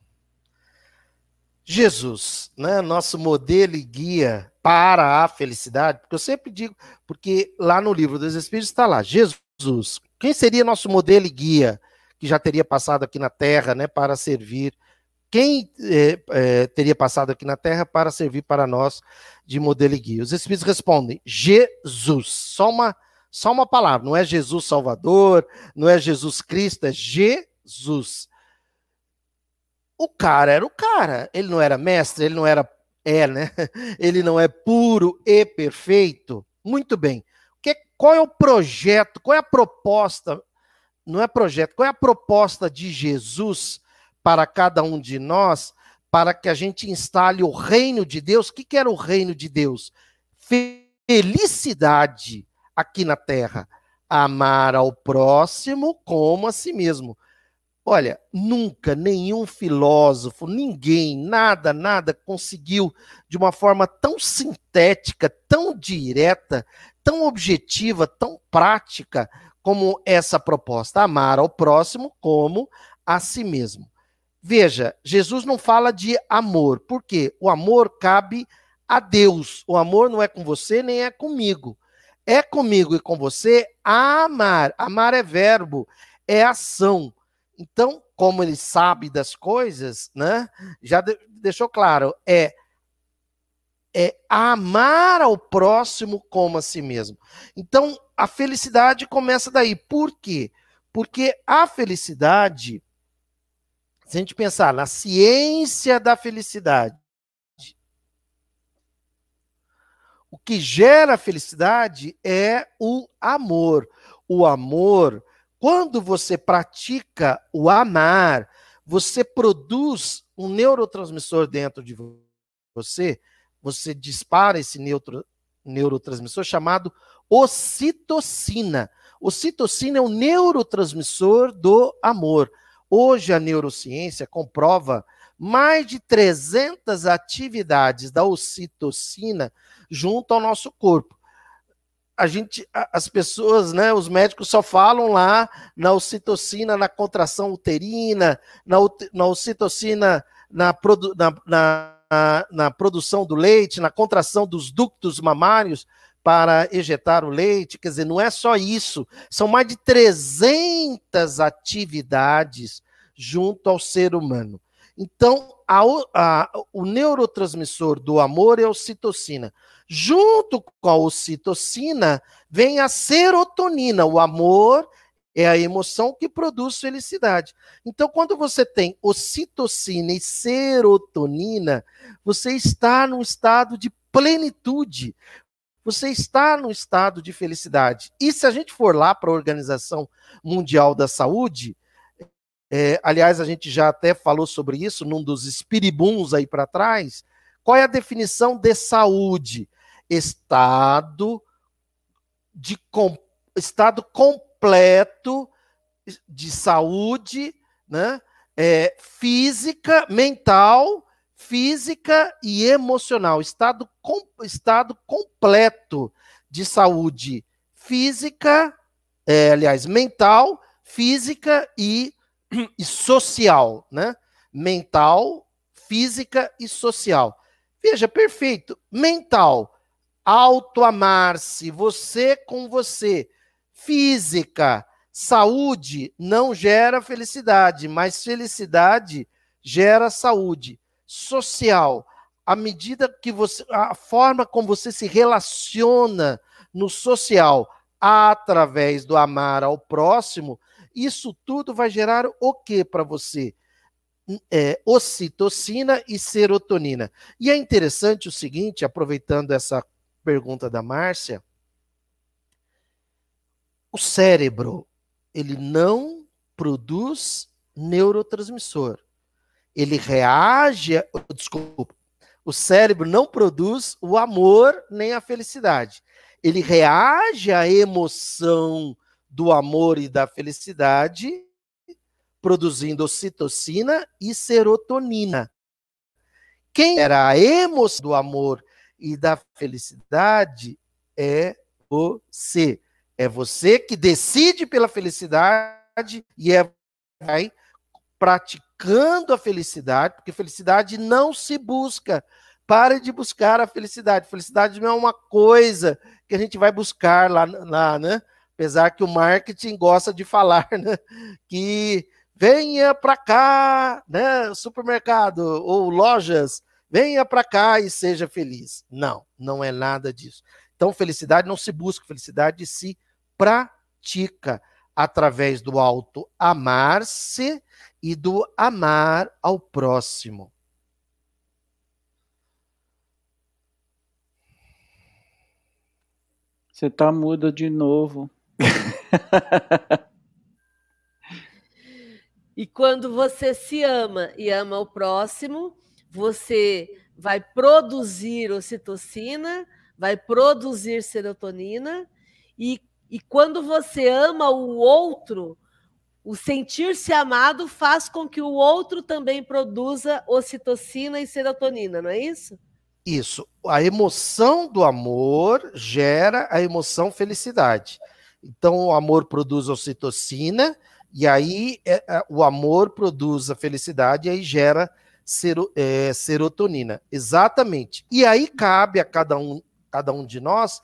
Jesus, né, nosso modelo e guia para a felicidade, porque eu sempre digo, porque lá no livro dos Espíritos está lá, Jesus, quem seria nosso modelo e guia, que já teria passado aqui na Terra, né, para servir, quem é, é, teria passado aqui na Terra para servir para nós de modelo e guia? Os Espíritos respondem, Jesus, só uma, só uma palavra, não é Jesus Salvador, não é Jesus Cristo, é Jesus. O cara era o cara, ele não era mestre, ele não era, é, né? Ele não é puro e perfeito. Muito bem. Que, qual é o projeto, qual é a proposta, não é projeto, qual é a proposta de Jesus para cada um de nós, para que a gente instale o reino de Deus? O que, que era o reino de Deus? Felicidade aqui na terra. Amar ao próximo como a si mesmo. Olha, nunca nenhum filósofo, ninguém, nada, nada conseguiu de uma forma tão sintética, tão direta, tão objetiva, tão prática como essa proposta, amar ao próximo como a si mesmo. Veja, Jesus não fala de amor, porque o amor cabe a Deus. O amor não é com você nem é comigo. É comigo e com você amar. Amar é verbo, é ação. Então, como ele sabe das coisas, né, já de, deixou claro, é, é amar ao próximo como a si mesmo. Então, a felicidade começa daí. Por quê? Porque a felicidade, se a gente pensar na ciência da felicidade, o que gera a felicidade é o amor. O amor... Quando você pratica o amar, você produz um neurotransmissor dentro de você, você dispara esse neutro, neurotransmissor chamado ocitocina. Ocitocina é o neurotransmissor do amor. Hoje a neurociência comprova mais de trezentas atividades da ocitocina junto ao nosso corpo. A gente, as pessoas, né, os médicos só falam lá na ocitocina, na contração uterina, na, na ocitocina na, produ, na, na, na produção do leite, na contração dos ductos mamários para ejetar o leite. Quer dizer, não é só isso, são mais de trezentas atividades junto ao ser humano. Então, a, a, o neurotransmissor do amor é a ocitocina. Junto com a ocitocina vem a serotonina. O amor é a emoção que produz felicidade. Então, quando você tem ocitocina e serotonina, você está num estado de plenitude. Você está num estado de felicidade. E se a gente for lá para a Organização Mundial da Saúde, é, aliás, a gente já até falou sobre isso num dos espiribuns aí para trás, qual é a definição de saúde? Estado, de, com, estado completo de saúde, né? É, física, mental, física e emocional. Estado, com, estado completo de saúde física, é, aliás, mental, física e, e social, né? Mental, física e social. Veja, perfeito. Mental, auto-amar-se, você com você. Física, saúde não gera felicidade, mas felicidade gera saúde. Social, à medida que você, a forma como você se relaciona no social, através do amar ao próximo, isso tudo vai gerar o que para você? é, ocitocina e serotonina. E é interessante o seguinte, aproveitando essa pergunta da Márcia, o cérebro, ele não produz neurotransmissor. Ele reage, a, desculpa, o cérebro não produz o amor nem a felicidade. Ele reage à emoção do amor e da felicidade, produzindo ocitocina e serotonina. Quem era a emoção do amor e da felicidade é você. É você que decide pela felicidade e é vai praticando a felicidade, porque felicidade não se busca. Pare de buscar a felicidade. Felicidade não é uma coisa que a gente vai buscar lá, lá né? Apesar que o marketing gosta de falar, né? Que venha para cá, né? Supermercado ou lojas, venha para cá e seja feliz. Não, não é nada disso. Então, felicidade não se busca, felicidade se pratica através do auto-amar-se e do amar ao próximo. Você tá muda de novo. E quando você se ama e ama o próximo, você vai produzir ocitocina, vai produzir serotonina, e, e quando você ama o outro, o sentir-se amado faz com que o outro também produza ocitocina e serotonina, não é isso? Isso. A emoção do amor gera a emoção felicidade. Então, o amor produz ocitocina, e aí é, é, o amor produz a felicidade, e aí gera sero, é, serotonina. Exatamente. E aí cabe a cada um, cada um de nós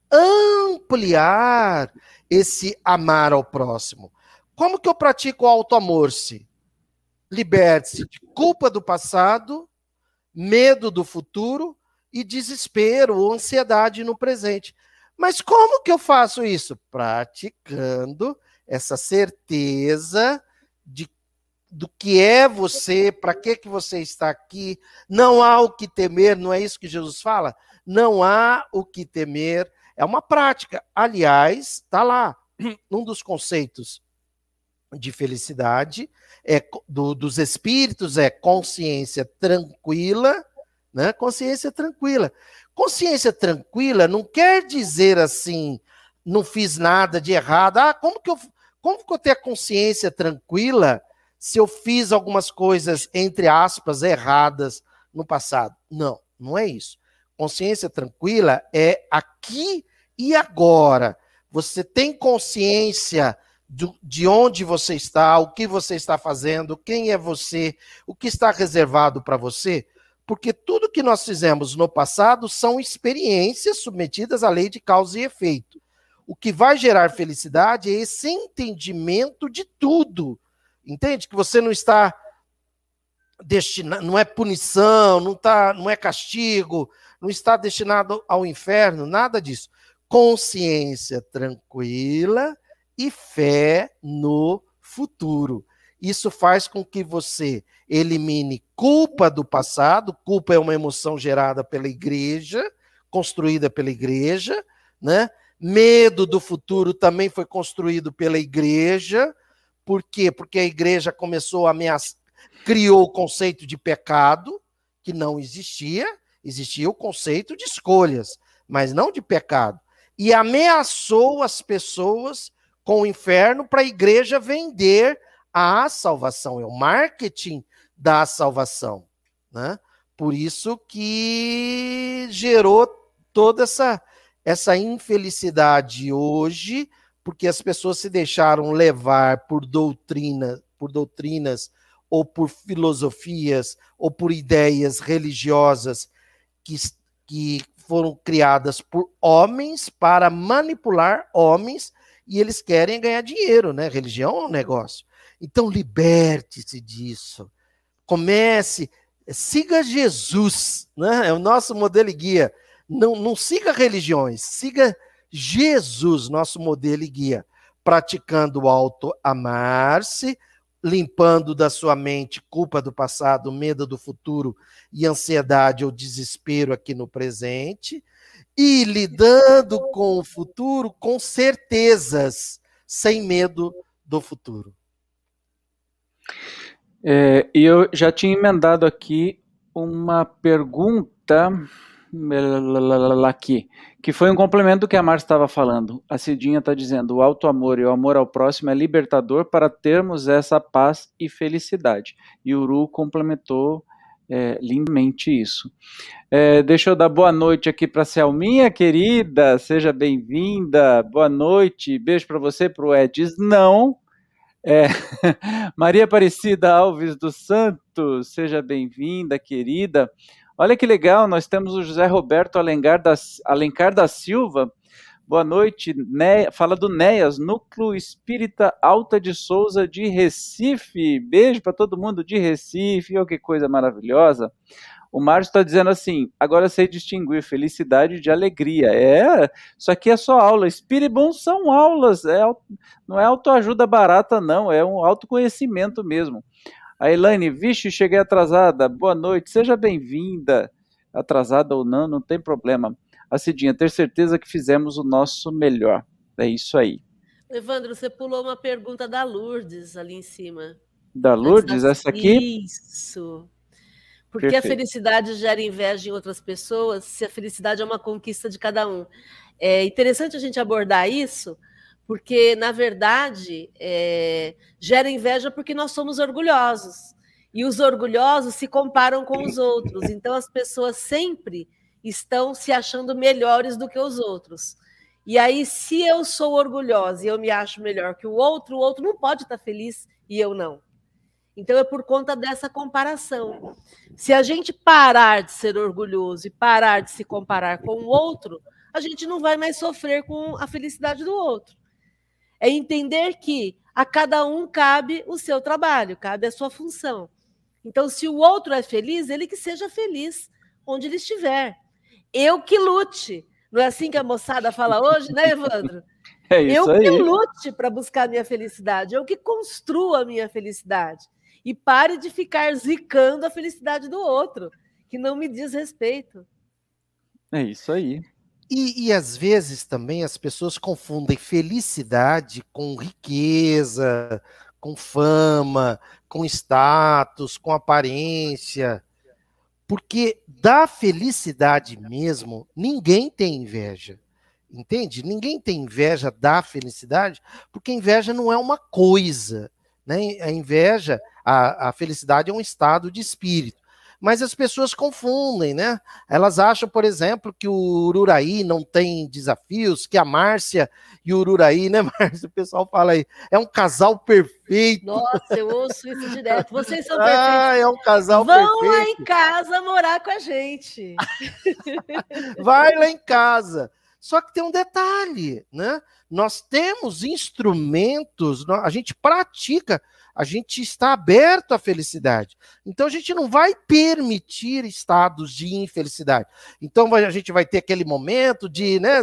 ampliar esse amar ao próximo. Como que eu pratico o auto-amor-se? Liberte-se de culpa do passado, medo do futuro e desespero ou ansiedade no presente. Mas como que eu faço isso? Praticando essa certeza de, do que é você, para que, que você está aqui. Não há o que temer, não é isso que Jesus fala? Não há o que temer. É uma prática. Aliás, está lá, um dos conceitos de felicidade é, do, dos espíritos é consciência tranquila, né? Consciência tranquila. Consciência tranquila não quer dizer assim, não fiz nada de errado. Ah, como que eu, como que eu tenho a consciência tranquila se eu fiz algumas coisas, entre aspas, erradas no passado? Não, não é isso. Consciência tranquila é aqui e agora. Você tem consciência do, de onde você está, o que você está fazendo, quem é você, o que está reservado para você? Porque tudo que nós fizemos no passado são experiências submetidas à lei de causa e efeito. O que vai gerar felicidade é esse entendimento de tudo. Entende? Que você não está destinado, não é punição, não, tá, não é castigo, não está destinado ao inferno, nada disso. Consciência tranquila e fé no futuro. Isso faz com que você elimine culpa do passado. Culpa é uma emoção gerada pela igreja, construída pela igreja, né? Medo do futuro também foi construído pela igreja. Por quê? Porque a igreja começou a ameaçar, criou o conceito de pecado, que não existia, existia o conceito de escolhas, mas não de pecado. E ameaçou as pessoas com o inferno para a igreja vender a salvação, é o marketing da salvação, né? Por isso que gerou toda essa, essa infelicidade hoje, porque as pessoas se deixaram levar por doutrina, por doutrinas ou por filosofias ou por ideias religiosas que, que foram criadas por homens para manipular homens, e eles querem ganhar dinheiro, né? Religião é um negócio. Então, liberte-se disso. Comece, siga Jesus, né? É o nosso modelo e guia. Não, não siga religiões, siga Jesus, nosso modelo e guia. Praticando o auto-amar-se, limpando da sua mente culpa do passado, medo do futuro e ansiedade ou desespero aqui no presente, e lidando com o futuro com certezas, sem medo do futuro. É, e eu já tinha emendado aqui uma pergunta aqui, que foi um complemento do que a Márcia estava falando. A Cidinha está dizendo: o auto-amor e o amor ao próximo é libertador para termos essa paz e felicidade. E o Uru complementou é, lindamente isso. É, deixa eu dar boa noite aqui para a Selminha, querida, seja bem-vinda, boa noite, beijo para você, para o Edis, não. É, Maria Aparecida Alves dos Santos, seja bem-vinda, querida. Olha que legal, nós temos o José Roberto Alencar da, Alencar da Silva. Boa noite, né, fala do Néas, Núcleo Espírita Alta de Souza de Recife. Beijo para todo mundo de Recife, oh, que coisa maravilhosa. O Márcio está dizendo assim: agora sei distinguir felicidade de alegria. É, isso aqui é só aula. Espíribon são aulas, é, não é autoajuda barata, não, é um autoconhecimento mesmo. A Elaine, vixe, cheguei atrasada, boa noite, seja bem-vinda. Atrasada ou não, não tem problema. A Cidinha, ter certeza que fizemos o nosso melhor. É isso aí. Evandro, você pulou uma pergunta da Lourdes ali em cima. Da Lourdes, da... essa aqui? Isso. Por que a felicidade gera inveja em outras pessoas se a felicidade é uma conquista de cada um? É interessante a gente abordar isso, porque, na verdade, é, gera inveja porque nós somos orgulhosos. E os orgulhosos se comparam com os outros. Então, as pessoas sempre estão se achando melhores do que os outros. E aí, se eu sou orgulhosa e eu me acho melhor que o outro, o outro não pode estar feliz e eu não. Então, é por conta dessa comparação. Se a gente parar de ser orgulhoso e parar de se comparar com o outro, a gente não vai mais sofrer com a felicidade do outro. É entender que a cada um cabe o seu trabalho, cabe a sua função. Então, se o outro é feliz, ele que seja feliz onde ele estiver. Eu que lute. Não é assim que a moçada fala hoje, né, Evandro? É isso eu aí. que lute para buscar a minha felicidade, eu que construa a minha felicidade. E pare de ficar zicando a felicidade do outro, que não me diz respeito. É isso aí. E, e às vezes também as pessoas confundem felicidade com riqueza, com fama, com status, com aparência. Porque da felicidade mesmo, ninguém tem inveja. Entende? Ninguém tem inveja da felicidade, porque inveja não é uma coisa. Né? A inveja, a, a felicidade é um estado de espírito. Mas as pessoas confundem, né? Elas acham, por exemplo, que o Ururaí não tem desafios, que a Márcia e o Ururaí, né, Márcia? O pessoal fala aí, é um casal perfeito. Nossa, eu ouço isso direto. Vocês são perfeitos. Ah, é um casal Vão perfeito. Vão lá em casa morar com a gente. Vai lá em casa. Só que tem um detalhe, né? Nós temos instrumentos, a gente pratica, a gente está aberto à felicidade. Então, a gente não vai permitir estados de infelicidade. Então, a gente vai ter aquele momento de, né?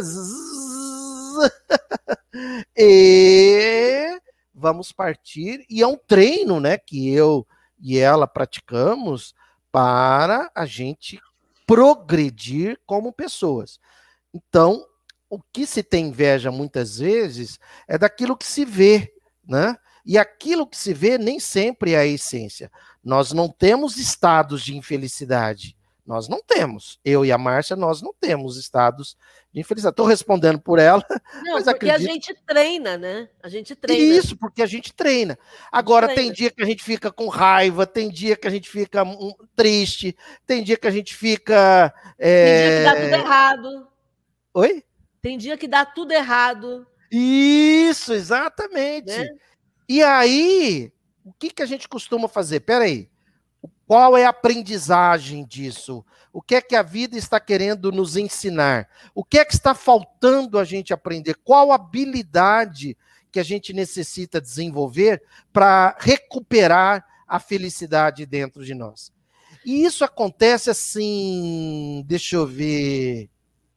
E vamos partir, e é um treino, né? Que eu e ela praticamos para a gente progredir como pessoas. Então, o que se tem inveja muitas vezes é daquilo que se vê, né? E aquilo que se vê nem sempre é a essência. Nós não temos estados de infelicidade. Nós não temos. Eu e a Márcia, nós não temos estados de infelicidade. Estou respondendo por ela. Não, mas porque acredito... a gente treina, né? A gente treina. Isso, porque a gente treina. Agora, gente treina. Tem dia que a gente fica com raiva, tem dia que a gente fica um, triste, tem dia que a gente fica... É... Tem dia que dá tudo errado. Oi? Tem dia que dá tudo errado. Isso, exatamente. Né? E aí, o que, que a gente costuma fazer? Peraí, qual é a aprendizagem disso? O que é que a vida está querendo nos ensinar? O que é que está faltando a gente aprender? Qual habilidade que a gente necessita desenvolver para recuperar a felicidade dentro de nós? E isso acontece assim, deixa eu ver...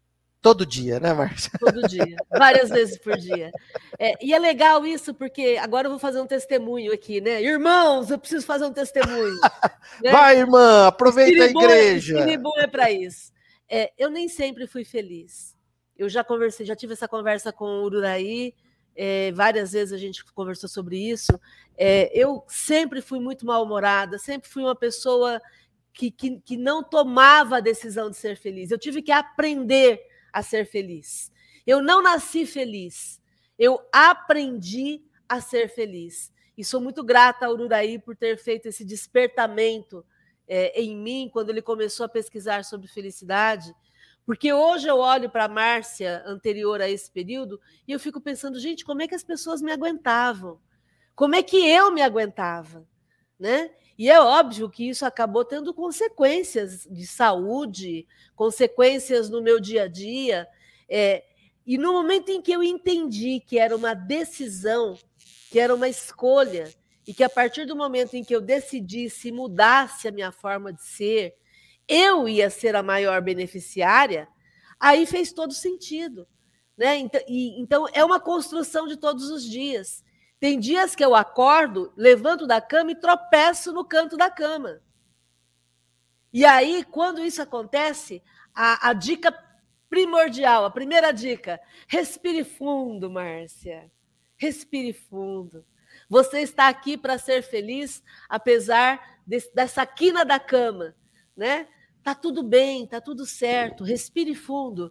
Todo dia, né, Márcia? Todo dia, várias vezes por dia. É, e é legal isso, porque agora eu vou fazer um testemunho aqui, né? Irmãos, eu preciso fazer um testemunho. Né? Vai, irmã, aproveita Espírito a igreja. Espírito bom é para isso. É, eu nem sempre fui feliz. Eu já conversei, já tive essa conversa com o Ururaí, é, várias vezes a gente conversou sobre isso. É, eu sempre fui muito mal-humorada, sempre fui uma pessoa que, que, que não tomava a decisão de ser feliz. Eu tive que aprender a ser feliz. Eu não nasci feliz, eu aprendi a ser feliz. E sou muito grata ao Ururaí por ter feito esse despertamento é, em mim, quando ele começou a pesquisar sobre felicidade, porque hoje eu olho para a Márcia, anterior a esse período, e eu fico pensando, gente, como é que as pessoas me aguentavam? Como é que eu me aguentava? Né? E é óbvio que isso acabou tendo consequências de saúde, consequências no meu dia a dia. É, e no momento em que eu entendi que era uma decisão, que era uma escolha, e que a partir do momento em que eu decidisse mudasse a minha forma de ser, eu ia ser a maior beneficiária, aí fez todo sentido. Né? Então, e, então, é uma construção de todos os dias. Tem dias que eu acordo, levanto da cama e tropeço no canto da cama. E aí, quando isso acontece, a, a dica primordial, a primeira dica, respire fundo, Márcia. Respire fundo. Você está aqui para ser feliz, apesar de, dessa quina da cama, né? Tá tudo bem, tá tudo certo. Respire fundo.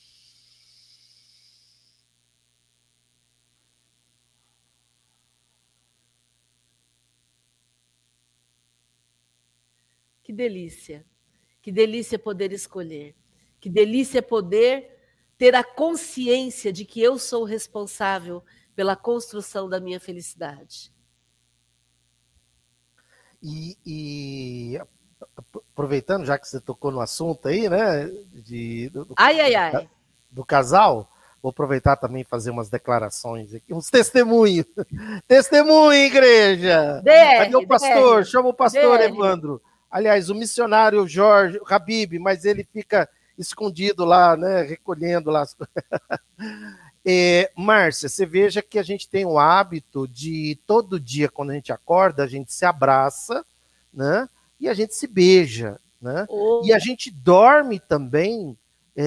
Que delícia. Que delícia poder escolher. Que delícia poder ter a consciência de que eu sou responsável pela construção da minha felicidade. E, e aproveitando, já que você tocou no assunto aí, né, de, do, ai, ai, ai. do, do casal, vou aproveitar também e fazer umas declarações aqui, uns testemunhos. Testemunho, igreja! D R, Cadê o pastor? D R, Chama o pastor, D R. Evandro. Aliás, o missionário Jorge, o Habib, mas ele fica escondido lá, né, recolhendo lá as coisas. É, Márcia, você veja que a gente tem o hábito de, todo dia, quando a gente acorda, a gente se abraça, né? E a gente se beija, né? Oh. E a gente dorme também,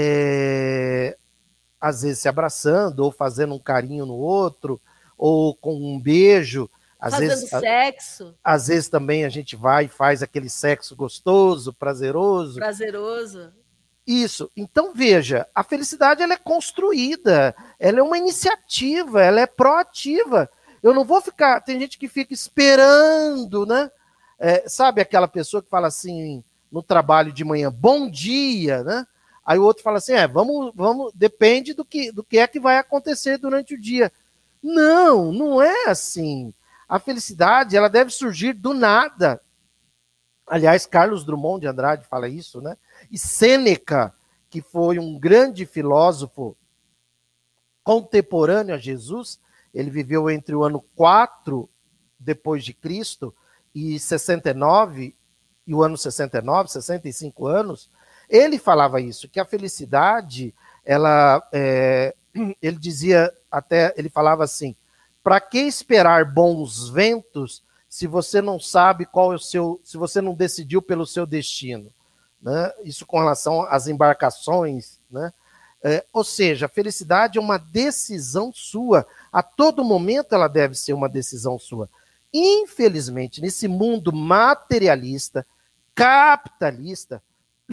é, às vezes se abraçando, ou fazendo um carinho no outro, ou com um beijo. Às fazendo vezes, sexo. A, às vezes também a gente vai e faz aquele sexo gostoso, prazeroso. Prazeroso. Isso. Então, veja, a felicidade ela é construída, ela é uma iniciativa, ela é proativa. Eu não vou ficar... Tem gente que fica esperando, né? É, sabe aquela pessoa que fala assim, no trabalho de manhã, bom dia, né? Aí o outro fala assim, é, vamos, vamos, depende do que, do que é que vai acontecer durante o dia. Não, não é assim. A felicidade, ela deve surgir do nada. Aliás, Carlos Drummond de Andrade fala isso, né? E Sêneca, que foi um grande filósofo contemporâneo a Jesus, ele viveu entre o ano quatro depois de Cristo e sessenta e nove, e o ano sessenta e nove, sessenta e cinco anos, ele falava isso, que a felicidade, ela, é, ele dizia até, ele falava assim, para que esperar bons ventos se você não sabe qual é o seu, se você não decidiu pelo seu destino? Né? Isso com relação às embarcações, né? É, ou seja, a felicidade é uma decisão sua. A todo momento ela deve ser uma decisão sua. Infelizmente, nesse mundo materialista, capitalista,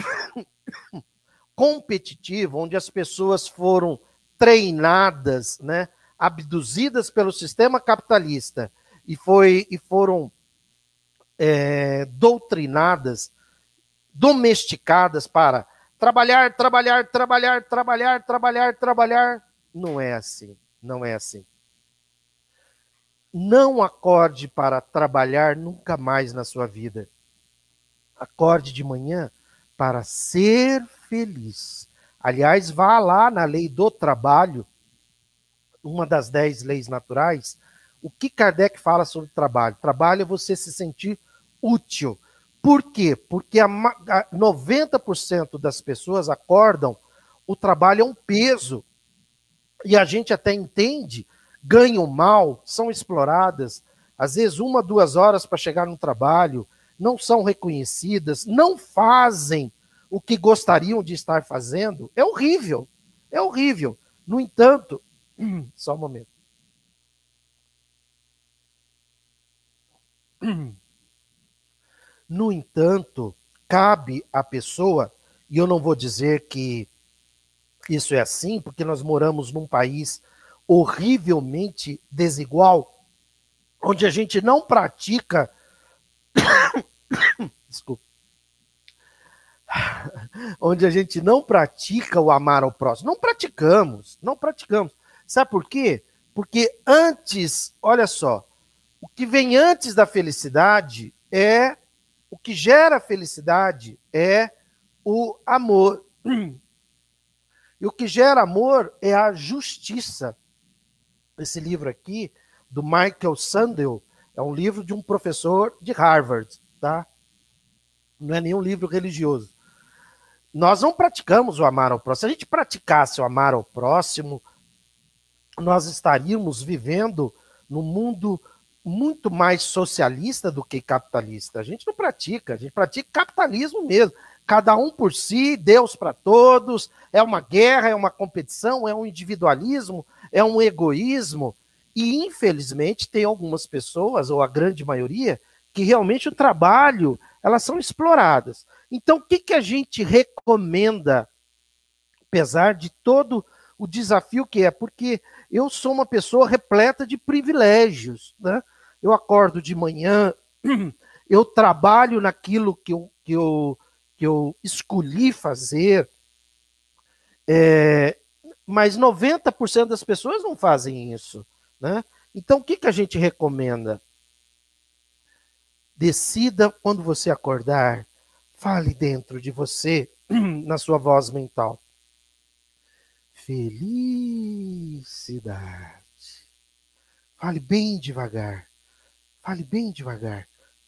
competitivo, onde as pessoas foram treinadas, né, abduzidas pelo sistema capitalista e, foi, e foram é, doutrinadas, domesticadas para trabalhar, trabalhar, trabalhar, trabalhar, trabalhar, trabalhar. Não é assim, não é assim. Não acorde para trabalhar nunca mais na sua vida. Acorde de manhã para ser feliz. Aliás, vá lá na lei do trabalho, uma das dez leis naturais, o que Kardec fala sobre trabalho. Trabalho é você se sentir útil. Por quê? Porque a noventa por cento das pessoas acordam o trabalho é um peso. E a gente até entende, ganham mal, são exploradas, às vezes uma, duas horas para chegar no trabalho, não são reconhecidas, não fazem o que gostariam de estar fazendo. É horrível, é horrível. No entanto, só um momento. No entanto, cabe à pessoa, e eu não vou dizer que isso é assim, porque nós moramos num país horrivelmente desigual, onde a gente não pratica... Desculpa. Onde a gente não pratica o amar ao próximo. Não praticamos, não praticamos. Sabe por quê? Porque antes, olha só, o que vem antes da felicidade é, o que gera felicidade é o amor. E o que gera amor é a justiça. Esse livro aqui, do Michael Sandel, é um livro de um professor de Harvard, tá? Não é nenhum livro religioso. Nós não praticamos o amar ao próximo. Se a gente praticasse o amar ao próximo, nós estaríamos vivendo num mundo muito mais socialista do que capitalista. A gente não pratica, a gente pratica capitalismo mesmo. Cada um por si, Deus para todos, é uma guerra, é uma competição, é um individualismo, é um egoísmo. E, infelizmente, tem algumas pessoas, ou a grande maioria, que realmente o trabalho, elas são exploradas. Então, o que, que a gente recomenda, apesar de todo o desafio que é? Porque eu sou uma pessoa repleta de privilégios, né? Eu acordo de manhã, eu trabalho naquilo que eu, que eu, que eu escolhi fazer, é, mas noventa por cento das pessoas não fazem isso, né? Então, o que, que a gente recomenda? Decida, quando você acordar, fale dentro de você, na sua voz mental. Felicidade. Fale bem devagar. Fale bem devagar.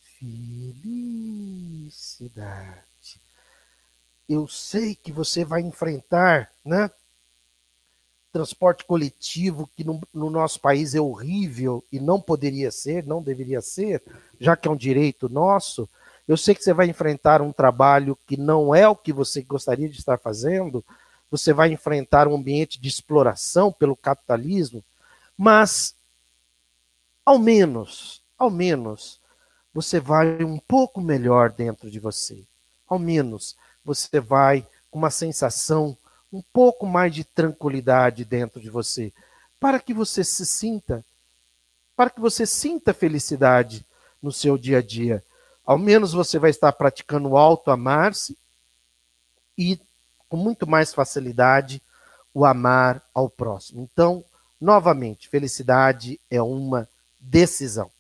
Felicidade. Eu sei que você vai enfrentar, né? Transporte coletivo, que no, no nosso país é horrível e não poderia ser, não deveria ser, já que é um direito nosso. Eu sei que você vai enfrentar um trabalho que não é o que você gostaria de estar fazendo, você vai enfrentar um ambiente de exploração pelo capitalismo, mas, ao menos, ao menos, você vai um pouco melhor dentro de você. Ao menos, você vai com uma sensação um pouco mais de tranquilidade dentro de você, para que você se sinta, para que você sinta felicidade no seu dia a dia. Ao menos você vai estar praticando o auto-amar-se e, com muito mais facilidade, o amar ao próximo. Então, novamente, felicidade é uma decisão.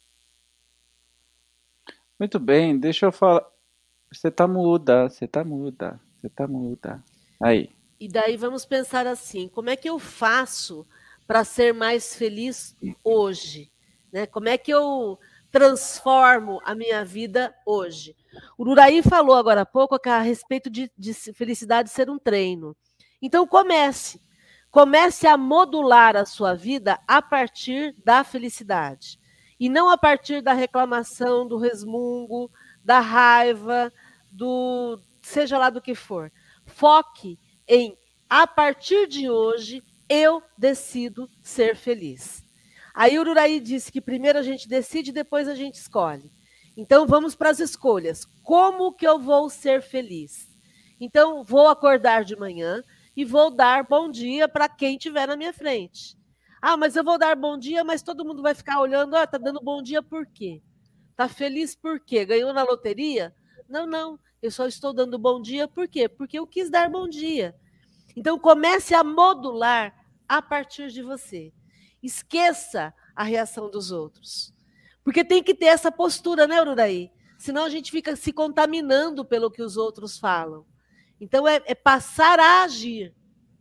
Muito bem, deixa eu falar. Você tá muda, você tá muda, você tá muda. Aí. E daí vamos pensar assim, como é que eu faço para ser mais feliz hoje? Né? Como é que eu transformo a minha vida hoje? O Uraí falou agora há pouco a respeito de, de felicidade ser um treino. Então comece, comece a modular a sua vida a partir da felicidade. E não a partir da reclamação, do resmungo, da raiva, do seja lá do que for. Foque em, a partir de hoje, eu decido ser feliz. Aí o Uraí disse que primeiro a gente decide, depois a gente escolhe. Então vamos para as escolhas. Como que eu vou ser feliz? Então vou acordar de manhã e vou dar bom dia para quem estiver na minha frente. Ah, mas eu vou dar bom dia, mas todo mundo vai ficar olhando, ah, tá dando bom dia por quê? Tá feliz por quê? Ganhou na loteria? Não, não. Eu só estou dando bom dia por quê? Porque eu quis dar bom dia. Então, comece a modular a partir de você. Esqueça a reação dos outros. Porque tem que ter essa postura, né, Uraí? Senão a gente fica se contaminando pelo que os outros falam. Então, é, é passar a agir.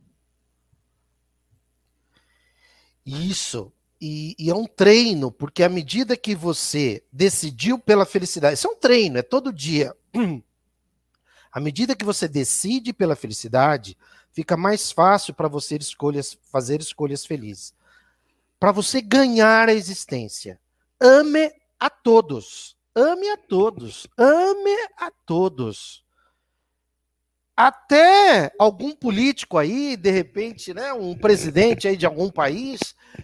Isso. E, e é um treino, porque à medida que você decidiu pela felicidade, isso é um treino, é todo dia. À medida que você decide pela felicidade, fica mais fácil para você escolhas, fazer escolhas felizes. Para você ganhar a existência, ame a todos, ame a todos, ame a todos. Até algum político aí, de repente, né, um presidente aí de algum país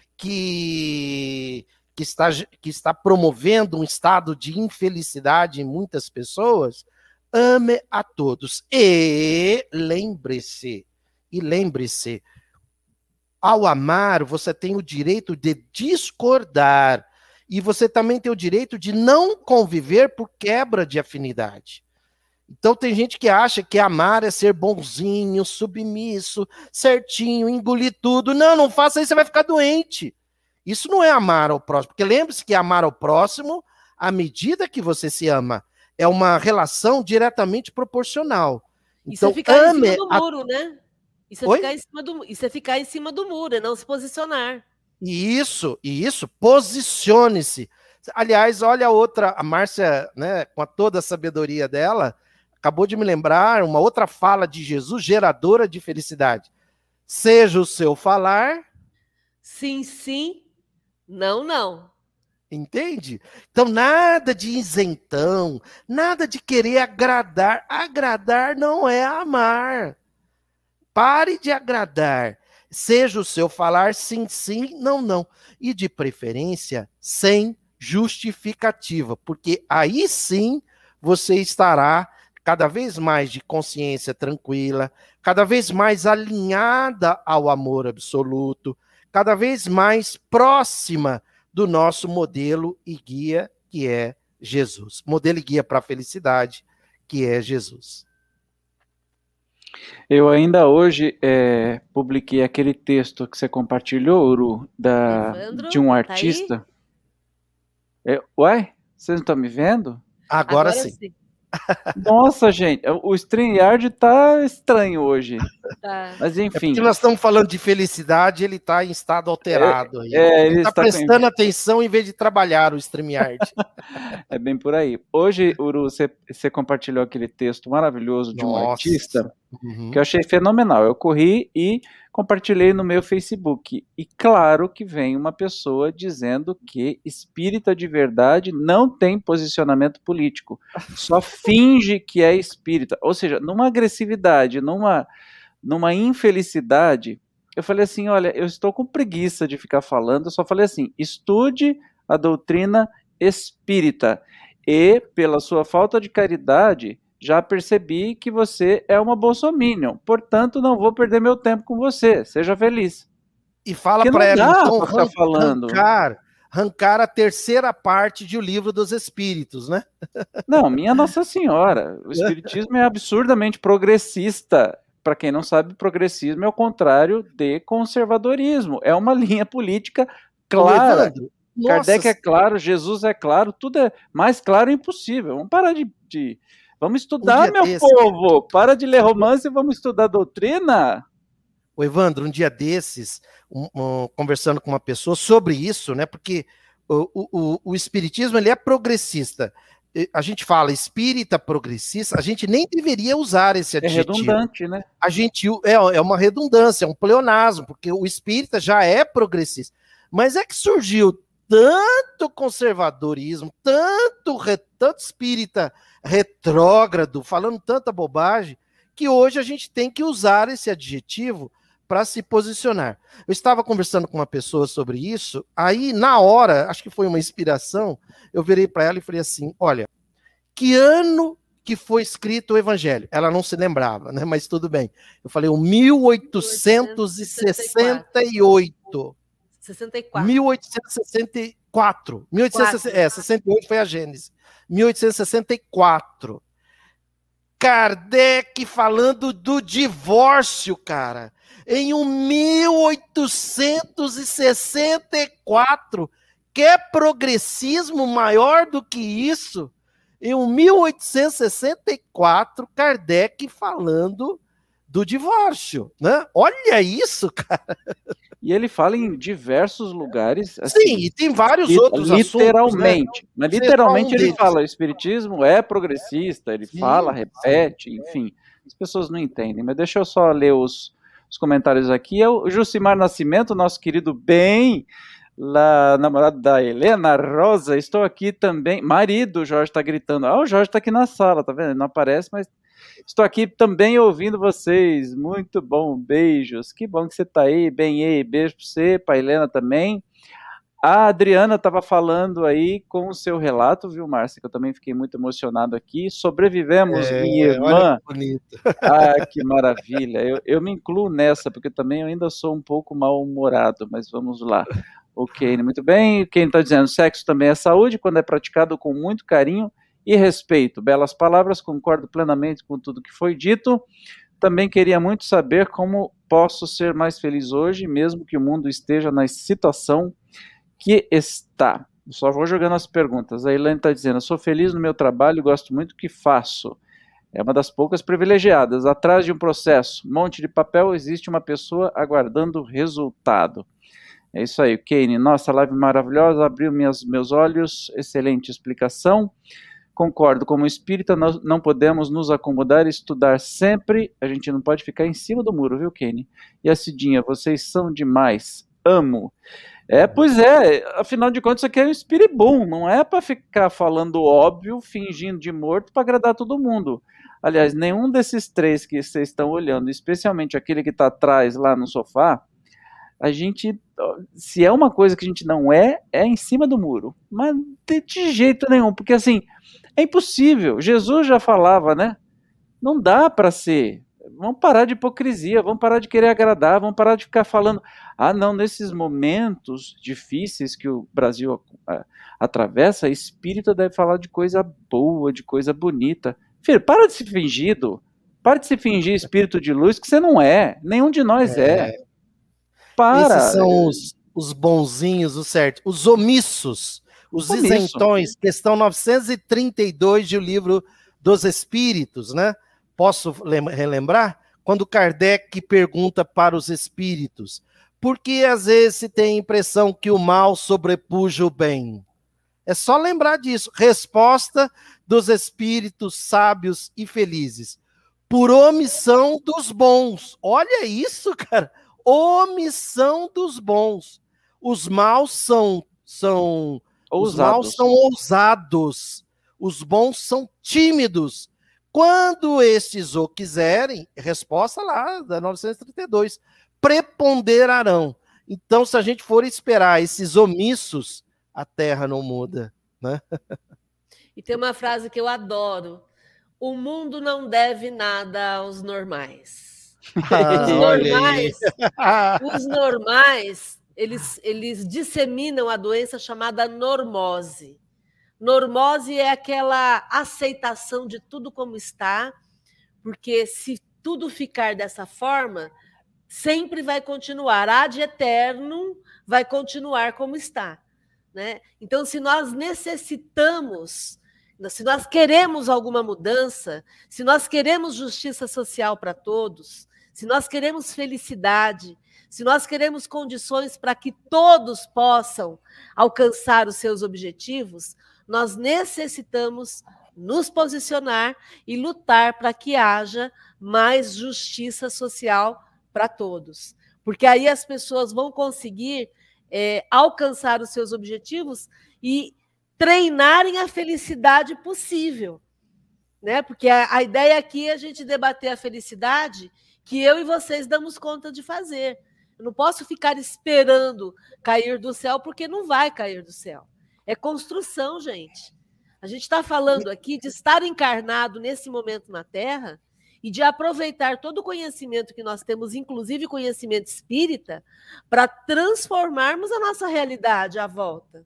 que, que, está, que está promovendo um estado de infelicidade em muitas pessoas, ame a todos. E lembre-se, e lembre-se, ao amar, você tem o direito de discordar. E você também tem o direito de não conviver por quebra de afinidade. Então tem gente que acha que amar é ser bonzinho, submisso, certinho, engolir tudo. Não, não faça isso, você vai ficar doente. Isso não é amar ao próximo. Porque lembre-se que amar ao próximo, à medida que você se ama, é uma relação diretamente proporcional. Então, isso é ficar ame em cima do a... muro, né? Isso é, ficar em cima do, isso é ficar em cima do muro, é não se posicionar. Isso, isso, posicione-se. Aliás, olha a outra, a Márcia, né, com a toda a sabedoria dela, acabou de me lembrar uma outra fala de Jesus, geradora de felicidade. Seja o seu falar... Sim, sim, não, não. Entende? Então, nada de isentão, nada de querer agradar. Agradar não é amar. Pare de agradar. Seja o seu falar sim, sim, não, não. E de preferência, sem justificativa, porque aí sim você estará cada vez mais de consciência tranquila, cada vez mais alinhada ao amor absoluto, cada vez mais próxima do nosso modelo e guia, que é Jesus. Modelo e guia para a felicidade, que é Jesus. Eu ainda hoje é, publiquei aquele texto que você compartilhou, Uru, da, Evandro, de um tá artista. É, uai, vocês não estão me vendo? Agora, Agora sim. sim. Nossa, gente, o StreamYard tá estranho hoje. Tá. Mas É enfim. porque nós estamos falando de felicidade, ele está em estado alterado. aí. É, ele ele está está prestando com- atenção em vez de trabalhar o StreamYard. É bem por aí. Hoje, Uru, você, você compartilhou aquele texto maravilhoso de um Nossa. artista Uhum. que eu achei fenomenal. Eu corri e compartilhei no meu Facebook. E claro que vem uma pessoa dizendo que espírita de verdade não tem posicionamento político, só finge que é espírita. Ou seja, numa agressividade, numa, numa infelicidade, eu falei assim, olha, eu estou com preguiça de ficar falando, eu só falei assim, estude a doutrina espírita e, pela sua falta de caridade, já percebi que você é uma bolsominion, portanto não vou perder meu tempo com você, seja feliz. E fala Porque para não ela, dá então, pra ficar arran- falando. arrancar, arrancar a terceira parte de O Livro dos Espíritos, né? Não, minha Nossa Senhora, o espiritismo é absurdamente progressista. Para quem não sabe, progressismo é o contrário de conservadorismo, é uma linha política clara. Evandro, Kardec nossa, é claro, Jesus é claro, tudo é mais claro impossível. Vamos parar de... de... Vamos estudar, dia meu desse- povo! Para de ler romance e vamos estudar doutrina. o Evandro, um dia desses, um- um, conversando com uma pessoa sobre isso, né? Porque o, o, o espiritismo ele é progressista. E a gente fala espírita progressista, a gente nem deveria usar esse É adjetivo. redundante, né? A gente u- é, é uma redundância, é um pleonasmo, porque o espírita já é progressista. Mas é que surgiu tanto conservadorismo, tanto, re- tanto espírita retrógrado, falando tanta bobagem, que hoje a gente tem que usar esse adjetivo para se posicionar. Eu estava conversando com uma pessoa sobre isso, aí na hora, acho que foi uma inspiração, eu virei para ela e falei assim, olha, que ano que foi escrito o Evangelho? Ela não se lembrava, né? Mas tudo bem. Eu falei o mil oitocentos e sessenta e oito. sessenta e quatro. mil oitocentos e sessenta e quatro. mil oitocentos e sessenta, é, sessenta e oito foi a Gênesis. mil oitocentos e sessenta e quatro. Kardec falando do divórcio, cara. Em um mil oitocentos e sessenta e quatro. Quer progressismo maior do que isso? Em um mil oitocentos e sessenta e quatro, Kardec falando do divórcio, né? Olha isso, cara. E ele fala em diversos lugares. Assim, Sim, e tem vários li- outros literalmente. assuntos, né? Mas Você literalmente fala um ele deles. fala, o espiritismo é progressista, ele Sim, fala, sim. repete, enfim. As pessoas não entendem, mas deixa eu só ler os, os comentários aqui. É o Jucimar Nascimento, nosso querido bem, lá, namorado da Helena Rosa. Estou aqui também. Marido, o Jorge está gritando. Ah, o Jorge está aqui na sala, tá vendo? Ele não aparece, mas estou aqui também ouvindo vocês. Muito bom, beijos. Que bom que você está aí, bem aí. Beijo para você, para a Helena também. A Adriana estava falando aí com o seu relato, viu, Márcia? Que eu também fiquei muito emocionado aqui. Sobrevivemos, É, minha irmã. olha que bonito. Ah, que maravilha. Eu, eu me incluo nessa, porque também eu ainda sou um pouco mal-humorado, mas vamos lá. O Kane, muito bem. O Kane está dizendo, sexo também é saúde, quando é praticado com muito carinho e respeito. Belas palavras, concordo plenamente com tudo que foi dito. Também queria muito saber como posso ser mais feliz hoje, mesmo que o mundo esteja na situação que está. Só vou jogando as perguntas. A Elaine está dizendo, sou feliz no meu trabalho e gosto muito do que faço. É uma das poucas privilegiadas. Atrás de um processo, monte de papel, existe uma pessoa aguardando o resultado. É isso aí, Kane. Nossa, live maravilhosa, abriu minhas, meus olhos, excelente explicação. Concordo, como espírita, nós não podemos nos acomodar e estudar sempre. A gente não pode ficar em cima do muro, viu, Kane? E a Cidinha, vocês são demais. Amo. É, pois é, afinal de contas, isso aqui é um espiribum, não é para ficar falando óbvio, fingindo de morto para agradar todo mundo. Aliás, nenhum desses três que vocês estão olhando, especialmente aquele que está atrás lá no sofá, a gente, se é uma coisa que a gente não é, é em cima do muro. Mas de, de jeito nenhum, porque assim, é impossível. Jesus já falava, né? Não dá para ser. Vamos parar de hipocrisia, vamos parar de querer agradar, vamos parar de ficar falando, ah não, nesses momentos difíceis que o Brasil a, atravessa, a espírita deve falar de coisa boa, de coisa bonita. Filho, para de se fingido, para de se fingir espírito de luz, que você não é, nenhum de nós é. é. Para. Esses são os, os bonzinhos, os certos, os omissos, os Omisso. isentões, questão novecentos e trinta e dois de O Livro dos Espíritos, né? Posso relembrar? Quando Kardec pergunta para os espíritos, por que às vezes se tem a impressão que o mal sobrepuja o bem? É só lembrar disso. Resposta dos espíritos sábios e felizes. Por omissão dos bons. Olha isso, cara. Omissão dos bons. Os maus são, são, os maus são ousados. Os bons são tímidos. Quando estes o quiserem, resposta lá da novecentos e trinta e dois, preponderarão. Então, se a gente for esperar esses omissos, a terra não muda, né? E tem uma frase que eu adoro: o mundo não deve nada aos normais. Ah, os normais, os normais, eles, eles disseminam a doença chamada normose. Normose é aquela aceitação de tudo como está, porque se tudo ficar dessa forma, sempre vai continuar, ad eternum vai continuar como está, né? Então, se nós necessitamos, se nós queremos alguma mudança, se nós queremos justiça social para todos, se nós queremos felicidade, se nós queremos condições para que todos possam alcançar os seus objetivos, nós necessitamos nos posicionar e lutar para que haja mais justiça social para todos. Porque aí as pessoas vão conseguir é, alcançar os seus objetivos e treinarem a felicidade possível. Né? Porque a, a ideia aqui é a gente debater a felicidade que eu e vocês damos conta de fazer. Eu não posso ficar esperando cair do céu, porque não vai cair do céu. É construção, gente. A gente está falando aqui de estar encarnado nesse momento na Terra e de aproveitar todo o conhecimento que nós temos, inclusive conhecimento espírita, para transformarmos a nossa realidade à volta.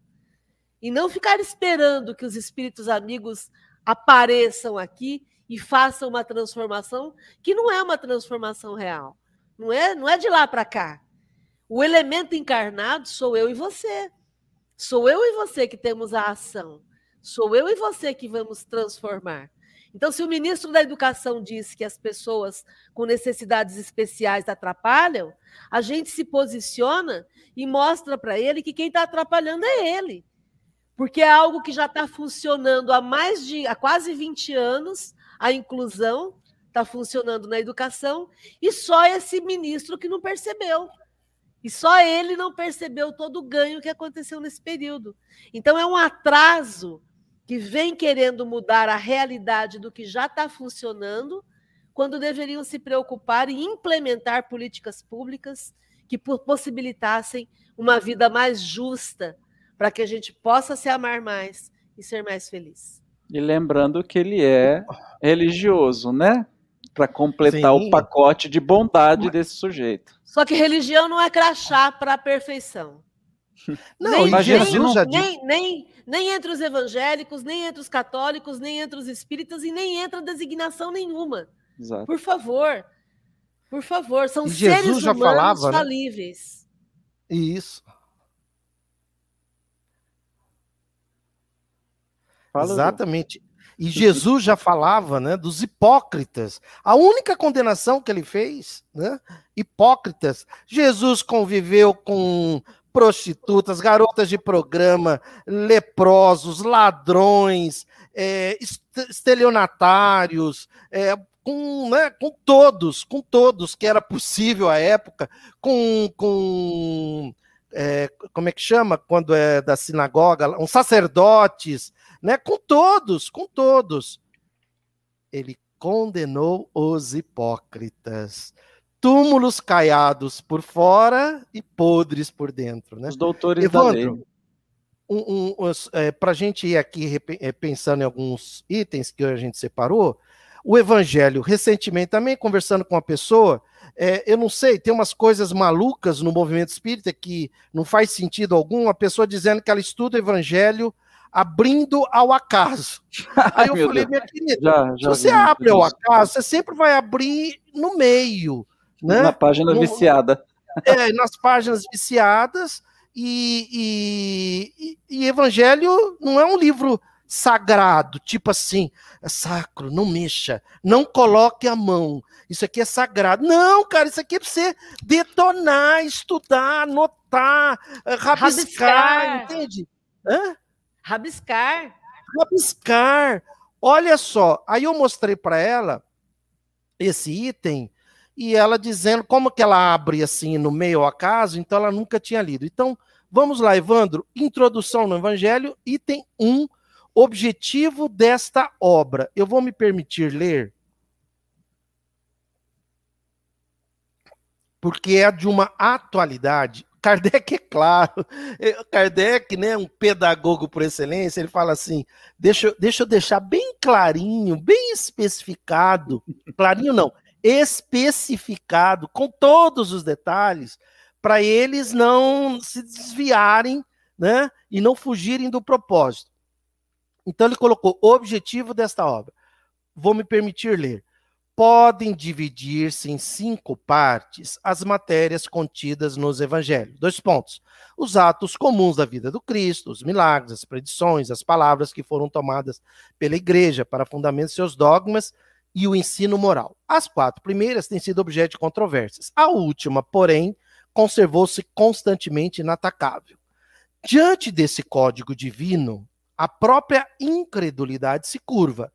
E não ficar esperando que os espíritos amigos apareçam aqui e façam uma transformação que não é uma transformação real. Não é, não é de lá para cá. O elemento encarnado sou eu e você. Sou eu e você que temos a ação. Sou eu e você que vamos transformar. Então, se o ministro da Educação diz que as pessoas com necessidades especiais atrapalham, a gente se posiciona e mostra para ele que quem está atrapalhando é ele. Porque é algo que já está funcionando há mais de há quase vinte anos, a inclusão, está funcionando na educação, e só esse ministro que não percebeu. E só ele não percebeu todo o ganho que aconteceu nesse período. Então, é um atraso que vem querendo mudar a realidade do que já está funcionando, quando deveriam se preocupar em implementar políticas públicas que possibilitassem uma vida mais justa, para que a gente possa se amar mais e ser mais feliz. E lembrando que ele é religioso, né? Para completar Sim. o pacote de bondade Mas... desse sujeito. Só que religião não é crachá para a perfeição. Não, nem, imagina, nem, não já nem, nem, nem entre os evangélicos, nem entre os católicos, nem entre os espíritas, e nem entra designação nenhuma. Exato. Por favor. Por favor, são e seres Jesus já humanos falava, falíveis. Né? Isso. Fala, Exatamente. E Jesus já falava, né, dos hipócritas. A única condenação que ele fez, né, hipócritas. Jesus conviveu com prostitutas, garotas de programa, leprosos, ladrões, é, estelionatários, é, com, né, com todos, com todos que era possível à época, com... com é, como é que chama? Quando é da sinagoga, uns sacerdotes, né? Com todos, com todos. Ele condenou os hipócritas. Túmulos caiados por fora e podres por dentro, né? Os doutores Evandro, da lei. Um, um, é, para a gente ir aqui pensando em alguns itens que a gente separou, o Evangelho, recentemente também conversando com uma pessoa, é, eu não sei, tem umas coisas malucas no movimento espírita que não faz sentido algum, uma pessoa dizendo que ela estuda o Evangelho abrindo ao acaso. Aí eu falei, Deus. minha querida, já, já se você abre ao acaso, você sempre vai abrir no meio. Né? Na página no, viciada. É, nas páginas viciadas, e, e, e, e Evangelho não é um livro sagrado, tipo assim, é sacro, não mexa, não coloque a mão, isso aqui é sagrado. Não, cara, isso aqui é pra você detonar, estudar, anotar, rabiscar, rabiscar. Entende? Hã? Rabiscar. Rabiscar. Olha só, aí eu mostrei para ela esse item, e ela dizendo como que ela abre assim no meio ao acaso, então ela nunca tinha lido. Então, vamos lá, Evandro, introdução no Evangelho, item um, objetivo desta obra. Eu vou me permitir ler, porque é de uma atualidade. Kardec, é claro, Kardec, né, um pedagogo por excelência, ele fala assim, deixa, deixa eu deixar bem clarinho, bem especificado, clarinho não, especificado, com todos os detalhes, para eles não se desviarem, né, e não fugirem do propósito. Então ele colocou o objetivo desta obra. Vou me permitir ler. Podem dividir-se em cinco partes as matérias contidas nos evangelhos. Dois pontos. Os atos comuns da vida do Cristo, os milagres, as predições, as palavras que foram tomadas pela igreja para fundamentar seus dogmas e o ensino moral. As quatro primeiras têm sido objeto de controvérsias. A última, porém, conservou-se constantemente inatacável. Diante desse código divino, a própria incredulidade se curva.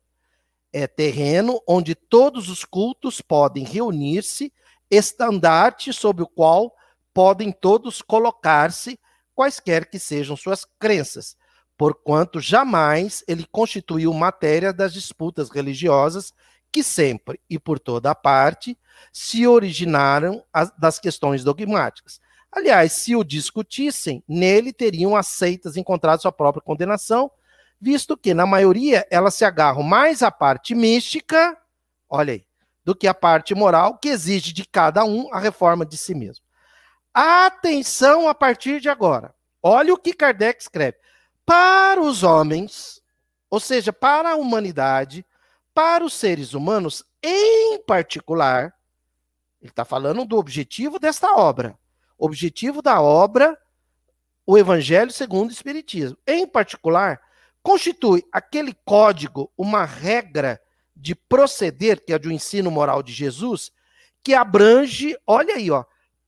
É terreno onde todos os cultos podem reunir-se, estandarte sobre o qual podem todos colocar-se, quaisquer que sejam suas crenças, porquanto jamais ele constituiu matéria das disputas religiosas que sempre e por toda a parte se originaram as, das questões dogmáticas. Aliás, se o discutissem, nele teriam aceitas encontrado sua própria condenação, visto que, na maioria, elas se agarram mais à parte mística, olha aí, do que à parte moral, que exige de cada um a reforma de si mesmo. Atenção a partir de agora. Olha o que Kardec escreve. Para os homens, ou seja, para a humanidade, para os seres humanos, em particular, ele está falando do objetivo desta obra. O objetivo da obra, o Evangelho segundo o Espiritismo. Em particular, constitui aquele código, uma regra de proceder, que é do ensino moral de Jesus, que abrange, olha aí, ó,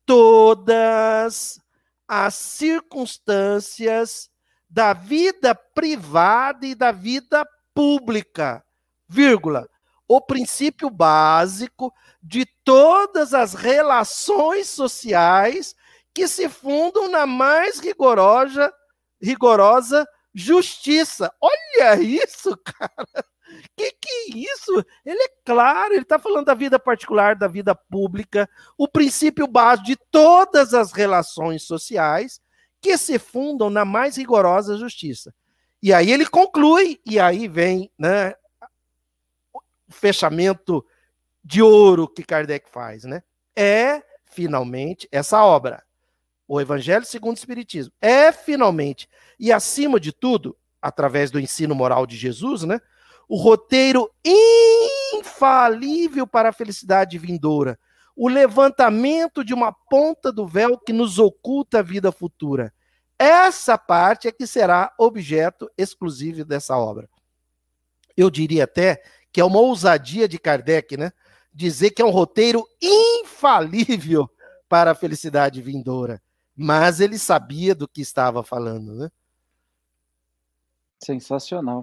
todas as circunstâncias da vida privada e da vida pública, vírgula, o princípio básico de todas as relações sociais que se fundam na mais rigorosa, rigorosa justiça. Olha isso, cara! Que que é isso? Ele é claro, ele está falando da vida particular, da vida pública, o princípio básico de todas as relações sociais que se fundam na mais rigorosa justiça. E aí ele conclui, e aí vem, né, o fechamento de ouro que Kardec faz, né? É, finalmente, essa obra, o Evangelho segundo o Espiritismo, é, finalmente, e acima de tudo, através do ensino moral de Jesus, né, o roteiro infalível para a felicidade vindoura, o levantamento de uma ponta do véu que nos oculta a vida futura. Essa parte é que será objeto exclusivo dessa obra. Eu diria até que é uma ousadia de Kardec, né? Dizer que é um roteiro infalível para a felicidade vindoura. Mas ele sabia do que estava falando, né? Sensacional.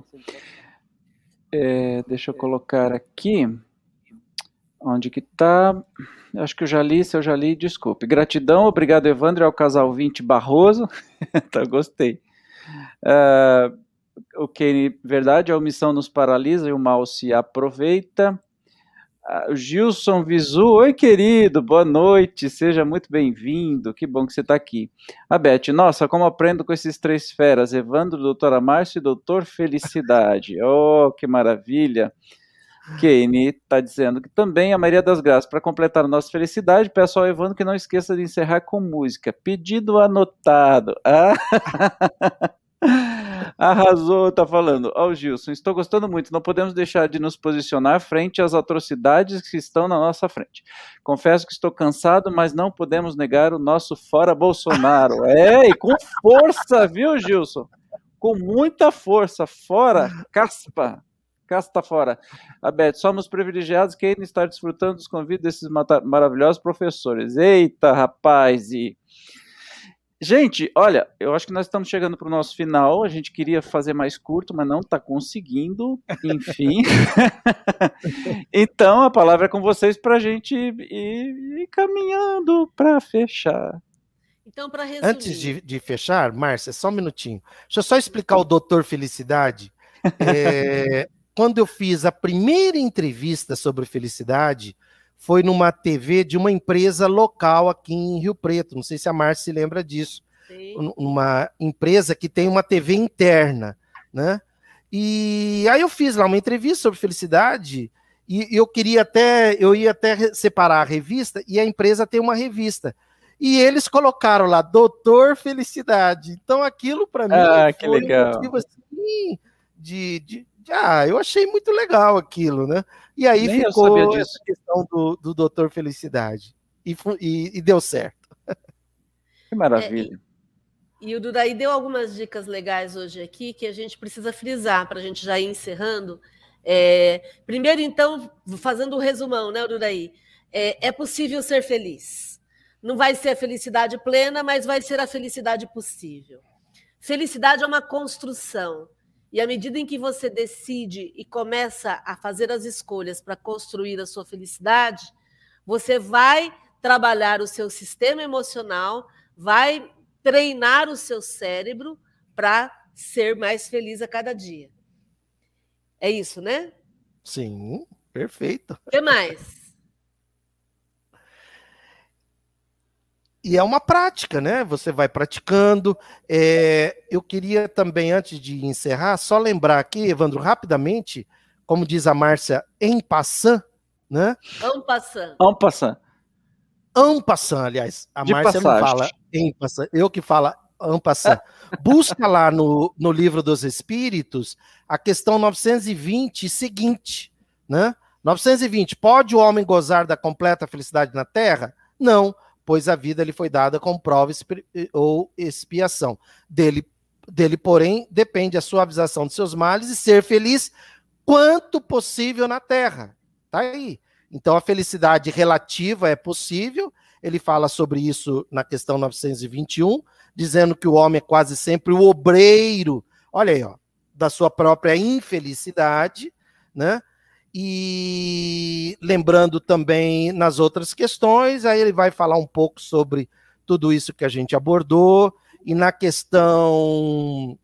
É, deixa eu colocar aqui. Onde que tá? Acho que eu já li, se eu já li, desculpe. Gratidão, obrigado, Evandro, ao casal vinte Barroso. Tá, gostei. Uh, ok, verdade, a omissão nos paralisa e o mal se aproveita. Uh, Gilson Visu, oi querido, boa noite, seja muito bem-vindo, que bom que você está aqui. A Beth, nossa, como aprendo com esses três feras, Evandro, doutora Márcia e doutor Felicidade. Oh, que maravilha. Kane está dizendo que também a Maria das Graças, para completar a nossa felicidade, peço ao Evandro que não esqueça de encerrar com música. Pedido anotado. Ah. Arrasou, tá falando. Ó, oh, Gilson, estou gostando muito, não podemos deixar de nos posicionar frente às atrocidades que estão na nossa frente. Confesso que estou cansado, mas não podemos negar o nosso fora Bolsonaro. É, e com força, viu, Gilson? Com muita força, fora, caspa. Casta fora. A Beth, somos privilegiados que ainda está desfrutando dos convites desses maravilhosos professores. Eita, rapaz! E... Gente, olha, eu acho que nós estamos chegando para o nosso final. A gente queria fazer mais curto, mas não está conseguindo. Enfim. Então, a palavra é com vocês para a gente ir, ir caminhando para fechar. Então, para resumir... Antes de, de fechar, Márcia, só um minutinho. Deixa eu só explicar o doutor Felicidade. É... Quando eu fiz a primeira entrevista sobre felicidade, foi numa T V de uma empresa local aqui em Rio Preto. Não sei se a Márcia se lembra disso. Sim. Uma empresa que tem uma T V interna, né? E aí eu fiz lá uma entrevista sobre felicidade e eu queria até, eu ia até separar a revista e a empresa tem uma revista. E eles colocaram lá, Doutor Felicidade. Então aquilo para mim ah, que foi legal. um motivo assim de... de Ah, eu achei muito legal aquilo, né? E aí Nem ficou essa questão do, do doutor Felicidade. E, e, e deu certo. Que maravilha. É, e, e o Dudaí deu algumas dicas legais hoje aqui que a gente precisa frisar para a gente já ir encerrando. É, primeiro, então, fazendo o um resumão, né, Dudaí? É, é possível ser feliz. Não vai ser a felicidade plena, mas vai ser a felicidade possível. Felicidade é uma construção. E à medida em que você decide e começa a fazer as escolhas para construir a sua felicidade, você vai trabalhar o seu sistema emocional, vai treinar o seu cérebro para ser mais feliz a cada dia. É isso, né? Sim, perfeito. O que mais? E é uma prática, né? Você vai praticando. É, eu queria também, antes de encerrar, só lembrar aqui, Evandro, rapidamente, como diz a Márcia, en passant, né? En passant. En passant. En passant, aliás. A de Márcia passagem. não fala en passant, eu que falo en passant. Busca lá no, no Livro dos Espíritos a questão novecentos e vinte seguinte, né? novecentos e vinte, pode o homem gozar da completa felicidade na Terra? Não. Pois a vida lhe foi dada com prova ou expiação. Dele, dele, porém, depende a suavização de seus males e ser feliz quanto possível na Terra. Tá aí. Então, a felicidade relativa é possível. Ele fala sobre isso na questão novecentos e vinte e um, dizendo que o homem é quase sempre o obreiro, olha aí, ó, da sua própria infelicidade, né? E lembrando também nas outras questões, aí ele vai falar um pouco sobre tudo isso que a gente abordou, e na questão,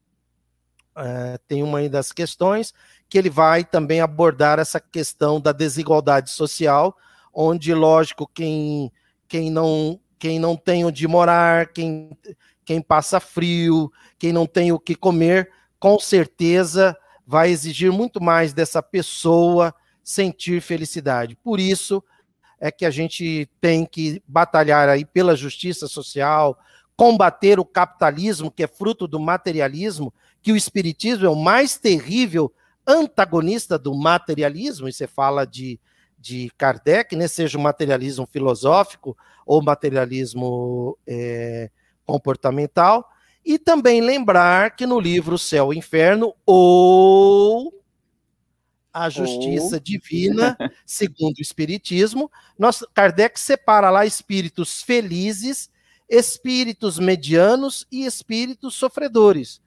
é, tem uma das questões que ele vai também abordar essa questão da desigualdade social, onde, lógico, quem, quem, não, quem não tem onde morar, quem, quem passa frio, quem não tem o que comer, com certeza vai exigir muito mais dessa pessoa sentir felicidade. Por isso é que a gente tem que batalhar aí pela justiça social, combater o capitalismo, que é fruto do materialismo, que o espiritismo é o mais terrível antagonista do materialismo, e você fala de, de Kardec, né, seja o materialismo filosófico ou materialismo é, comportamental, e também lembrar que no livro Céu e Inferno, ou a Justiça Ou... Divina, segundo o Espiritismo, nós, Kardec separa lá espíritos felizes, espíritos medianos e espíritos sofredores.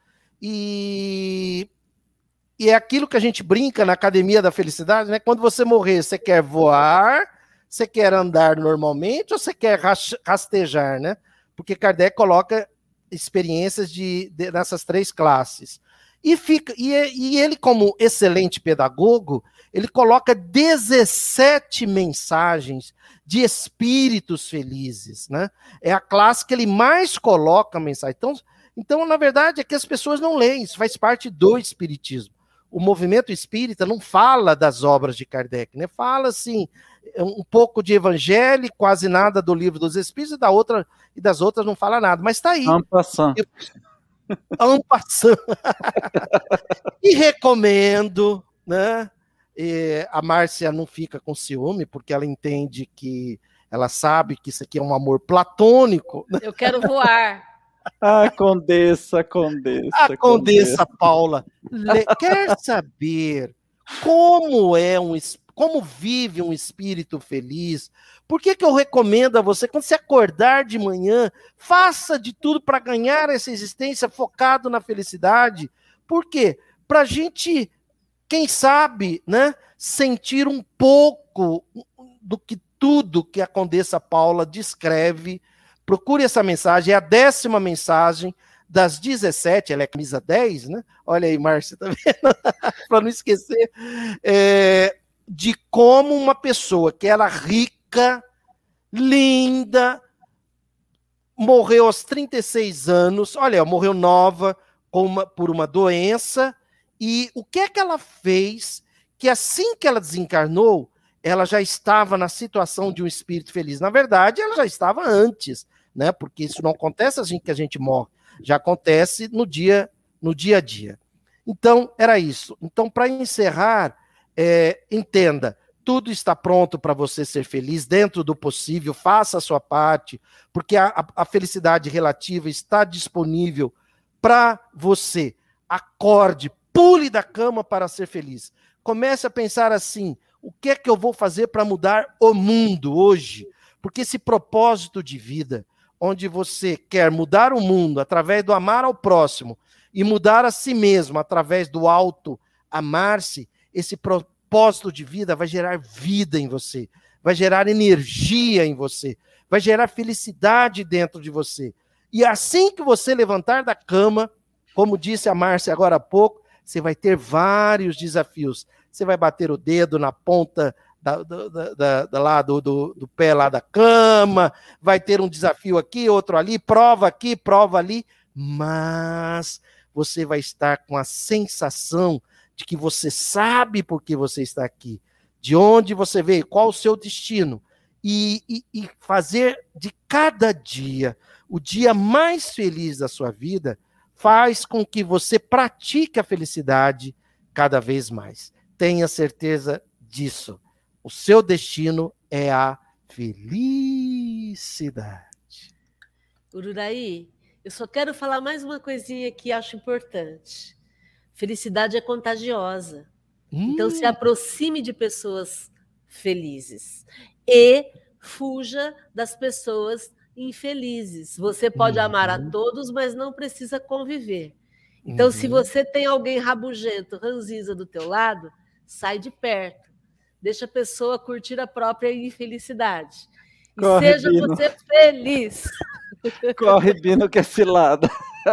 E, e é aquilo que a gente brinca na Academia da Felicidade, né? Quando você morrer, você quer voar, você quer andar normalmente ou você quer rastejar, né? Porque Kardec coloca experiências de, de, nessas três classes. E, fica, e, e ele, como excelente pedagogo, ele coloca dezessete mensagens de espíritos felizes, né? É a classe que ele mais coloca mensagem. Então, então, na verdade, é que as pessoas não leem, isso faz parte do espiritismo. O movimento espírita não fala das obras de Kardec, né? Fala, assim, um pouco de evangelho, quase nada do livro dos Espíritos, e, da outra, e das outras não fala nada, mas está aí. En passant. En passant. E recomendo, né? E a Márcia não fica com ciúme, porque ela entende que, ela sabe que isso aqui é um amor platônico. Eu quero voar. Ah, Condessa, Condessa. A Condessa, Condessa. Paula quer saber como é um como vive um espírito feliz. Por que que eu recomendo a você, quando você acordar de manhã, faça de tudo para ganhar essa existência focado na felicidade? Por quê? Para a gente, quem sabe, né, sentir um pouco do que tudo que a Condessa Paula descreve. Procure essa mensagem, é a décima mensagem das dezessete, ela é camisa dez, né? Olha aí, Márcia, tá vendo? Para não esquecer, é, de como uma pessoa que era rica, linda, morreu aos trinta e seis anos, olha, morreu nova com uma, por uma doença, e o que é que ela fez que assim que ela desencarnou, ela já estava na situação de um espírito feliz? Na verdade, ela já estava antes, né? Porque isso não acontece assim que a gente morre, já acontece no dia, no dia a dia. Então, era isso. Então, para encerrar, é, entenda, tudo está pronto para você ser feliz, dentro do possível, faça a sua parte, porque a, a, a felicidade relativa está disponível para você. Acorde, pule da cama para ser feliz. Comece a pensar assim, o que é que eu vou fazer para mudar o mundo hoje? Porque esse propósito de vida, onde você quer mudar o mundo através do amar ao próximo e mudar a si mesmo através do auto-amar-se, esse propósito de vida vai gerar vida em você, vai gerar energia em você, vai gerar felicidade dentro de você. E assim que você levantar da cama, como disse a Márcia agora há pouco, você vai ter vários desafios. Você vai bater o dedo na ponta Da, da, da, da, lá do, do, do pé lá da cama, vai ter um desafio aqui, outro ali, prova aqui, prova ali, mas você vai estar com a sensação de que você sabe por que você está aqui, de onde você veio, qual o seu destino, e, e, e fazer de cada dia o dia mais feliz da sua vida, faz com que você pratique a felicidade cada vez mais. Tenha certeza disso. O seu destino é a felicidade. Ururaí, eu só quero falar mais uma coisinha que acho importante. Felicidade é contagiosa. Hum. Então, se aproxime de pessoas felizes e fuja das pessoas infelizes. Você pode uhum. amar a todos, mas não precisa conviver. Então, uhum. se você tem alguém rabugento, ranzinza do teu lado, sai de perto. Deixa a pessoa curtir a própria infelicidade. E Corre, seja Bino. você feliz. Corre, Bino, que é cilada.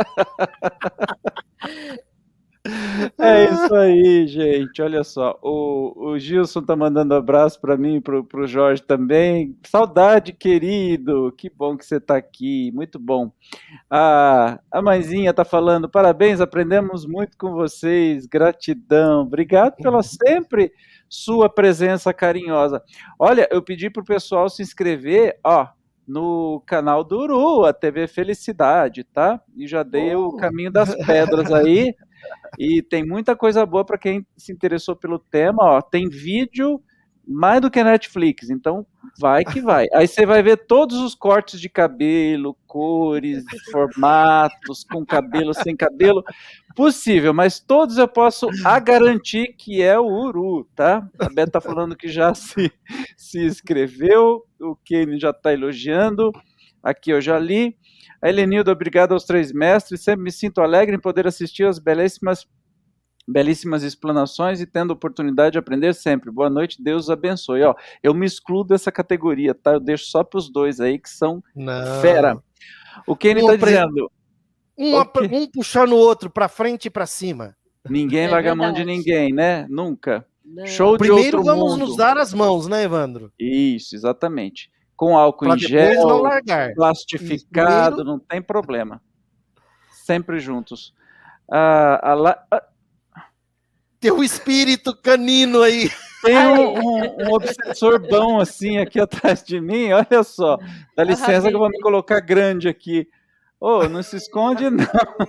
É isso aí, gente. Olha só, o, o Gilson tá mandando abraço para mim e pro, pro Jorge também. Saudade, querido. Que bom que você tá aqui. Muito bom. A, a mãezinha tá falando, parabéns, aprendemos muito com vocês. Gratidão. Obrigado pela sempre sua presença carinhosa. Olha, eu pedi pro pessoal se inscrever, ó, no canal do Uru, a T V Felicidade, tá? E já dei Oh. o caminho das pedras aí. E tem muita coisa boa para quem se interessou pelo tema, ó, tem vídeo mais do que Netflix, então vai que vai. Aí você vai ver todos os cortes de cabelo, cores, formatos, com cabelo, sem cabelo, possível, mas todos eu posso a garantir que é o Uru, tá? A Beth tá falando que já se, se inscreveu, o Kenny já tá elogiando, aqui eu já li. A Helenilda, obrigado aos três mestres, sempre me sinto alegre em poder assistir às belíssimas, belíssimas explanações e tendo oportunidade de aprender sempre. Boa noite, Deus os abençoe. Ó, eu me excluo dessa categoria, tá? Eu deixo só para os dois aí que são Não. fera. O Kenny Um tá apre- dizendo, Um, O ap- quê? um puxando o outro para frente e para cima. ninguém É larga a mão de verdade. ninguém, né? Nunca. Não. Show de Primeiro outro vamos mundo. nos dar as mãos, né, Evandro? Isso, exatamente. Com álcool Para em depois não gel, largar. plastificado, não tem problema. Sempre juntos. Ah, a la- ah, Teu espírito canino aí. Tem um, um, um obsessor bom assim aqui atrás de mim, olha só. Dá licença que eu vou me colocar grande aqui. Ô, oh, não se esconde não.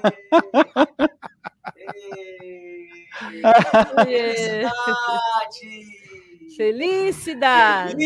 É. Felicidade! Felicidade!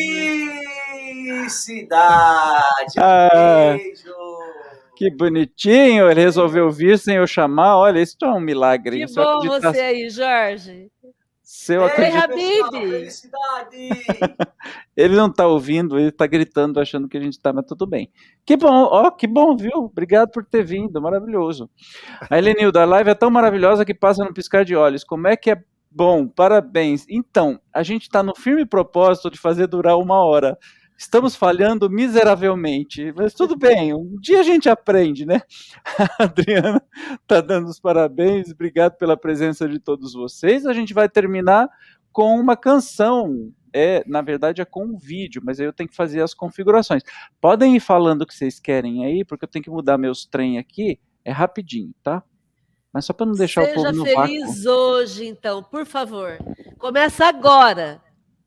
Felicidade! Ah. Beijo! Que bonitinho, ele resolveu vir sem eu chamar. Olha, isso é um milagre. Que Se eu bom acreditasse- você aí, Jorge. Se eu Ei, acredito... Habib. Felicidade! Ele não tá ouvindo, ele tá gritando, achando que a gente tá, mas tudo bem. Que bom, ó, que bom, viu? Obrigado por ter vindo, maravilhoso. A Helenilda, a live é tão maravilhosa que passa no piscar de olhos. Como é que é bom? Parabéns. Então, a gente tá no firme propósito de fazer durar uma hora. Estamos falhando miseravelmente, mas tudo bem, um dia a gente aprende, né? A Adriana tá dando os parabéns, obrigado pela presença de todos vocês. A gente vai terminar com uma canção, é, na verdade é com um vídeo, mas aí eu tenho que fazer as configurações. Podem ir falando o que vocês querem aí, porque eu tenho que mudar meus trem aqui, é rapidinho, tá? Mas só para não deixar o povo Seja no feliz vácuo. hoje, então, por favor. Começa agora.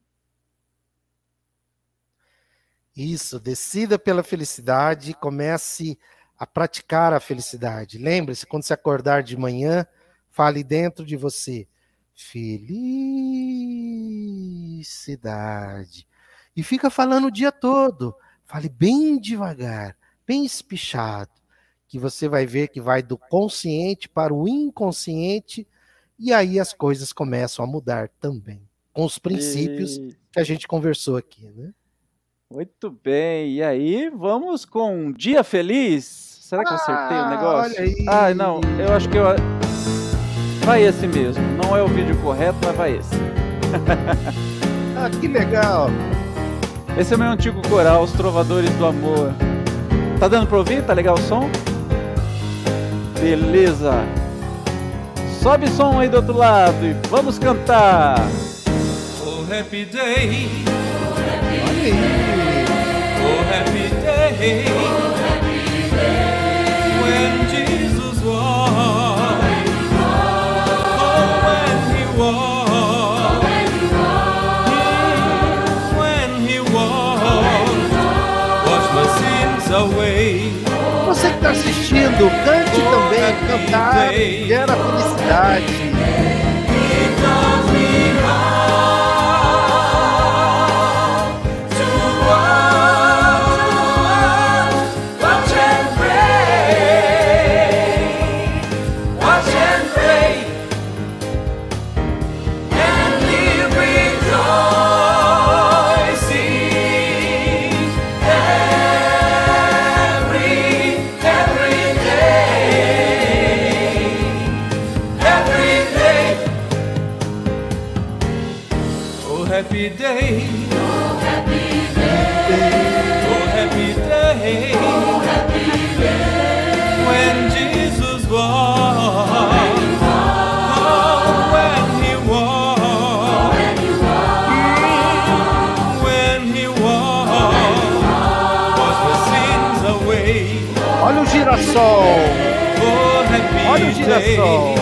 Isso, decida pela felicidade e comece a praticar a felicidade. Lembre-se, quando você acordar de manhã, fale dentro de você, felicidade. E fica falando o dia todo. Fale bem devagar, bem espichado, que você vai ver que vai do consciente para o inconsciente e aí as coisas começam a mudar também, com os princípios E... que a gente conversou aqui, né? Muito bem, e aí vamos com um dia feliz? Será que eu acertei Ah, o negócio? olha aí. Ah, não, eu acho que eu... vai esse mesmo, não é o vídeo correto, mas vai esse. Ah, que legal! Esse é o meu antigo coral, Os Trovadores do Amor. Tá dando pra ouvir? Tá legal o som? Beleza! Sobe som aí do outro lado e vamos cantar! Oh, happy day, Olha aí! oh, happy day, when Jesus walked, oh, when he walked, when he walked, wash my sins away. Você que está assistindo, cante também, cantar gera felicidade. He taught me how to walk, to walk, watch and pray, watch and pray, and live rejoicing every, every day, every day. girassol. Oh, happy Olha o girassol.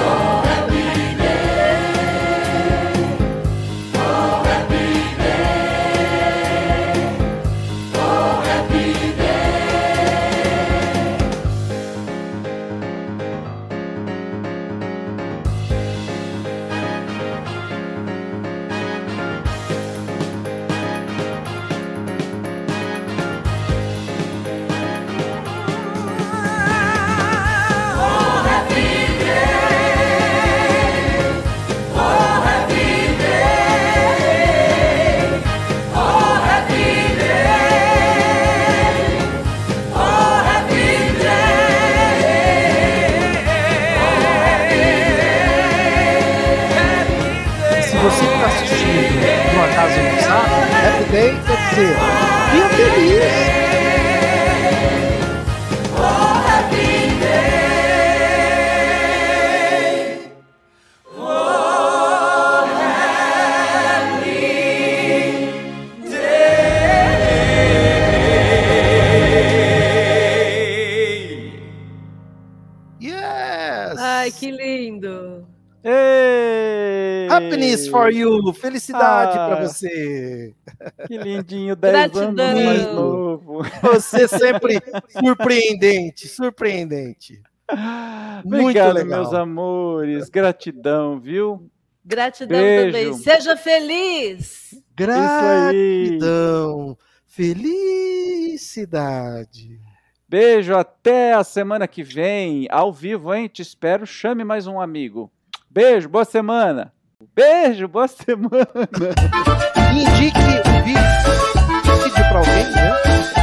Se você que está assistindo, por acaso não sabe, Happy Day quer dizer dia feliz. Yes! Ai, que lindo. Ei! Happiness for you! Felicidade Ah. para você! Que lindinho, dez anos Gratidão. mais novo. Você sempre surpreendente, surpreendente. Muito Obrigado, legal. meus amores. Gratidão, viu? Gratidão Beijo. também. Seja feliz. Gratidão, felicidade. Beijo, até a semana que vem, ao vivo, hein? Te espero, chame mais um amigo. Beijo, boa semana. Beijo, boa semana. Indique o vídeo para alguém, né?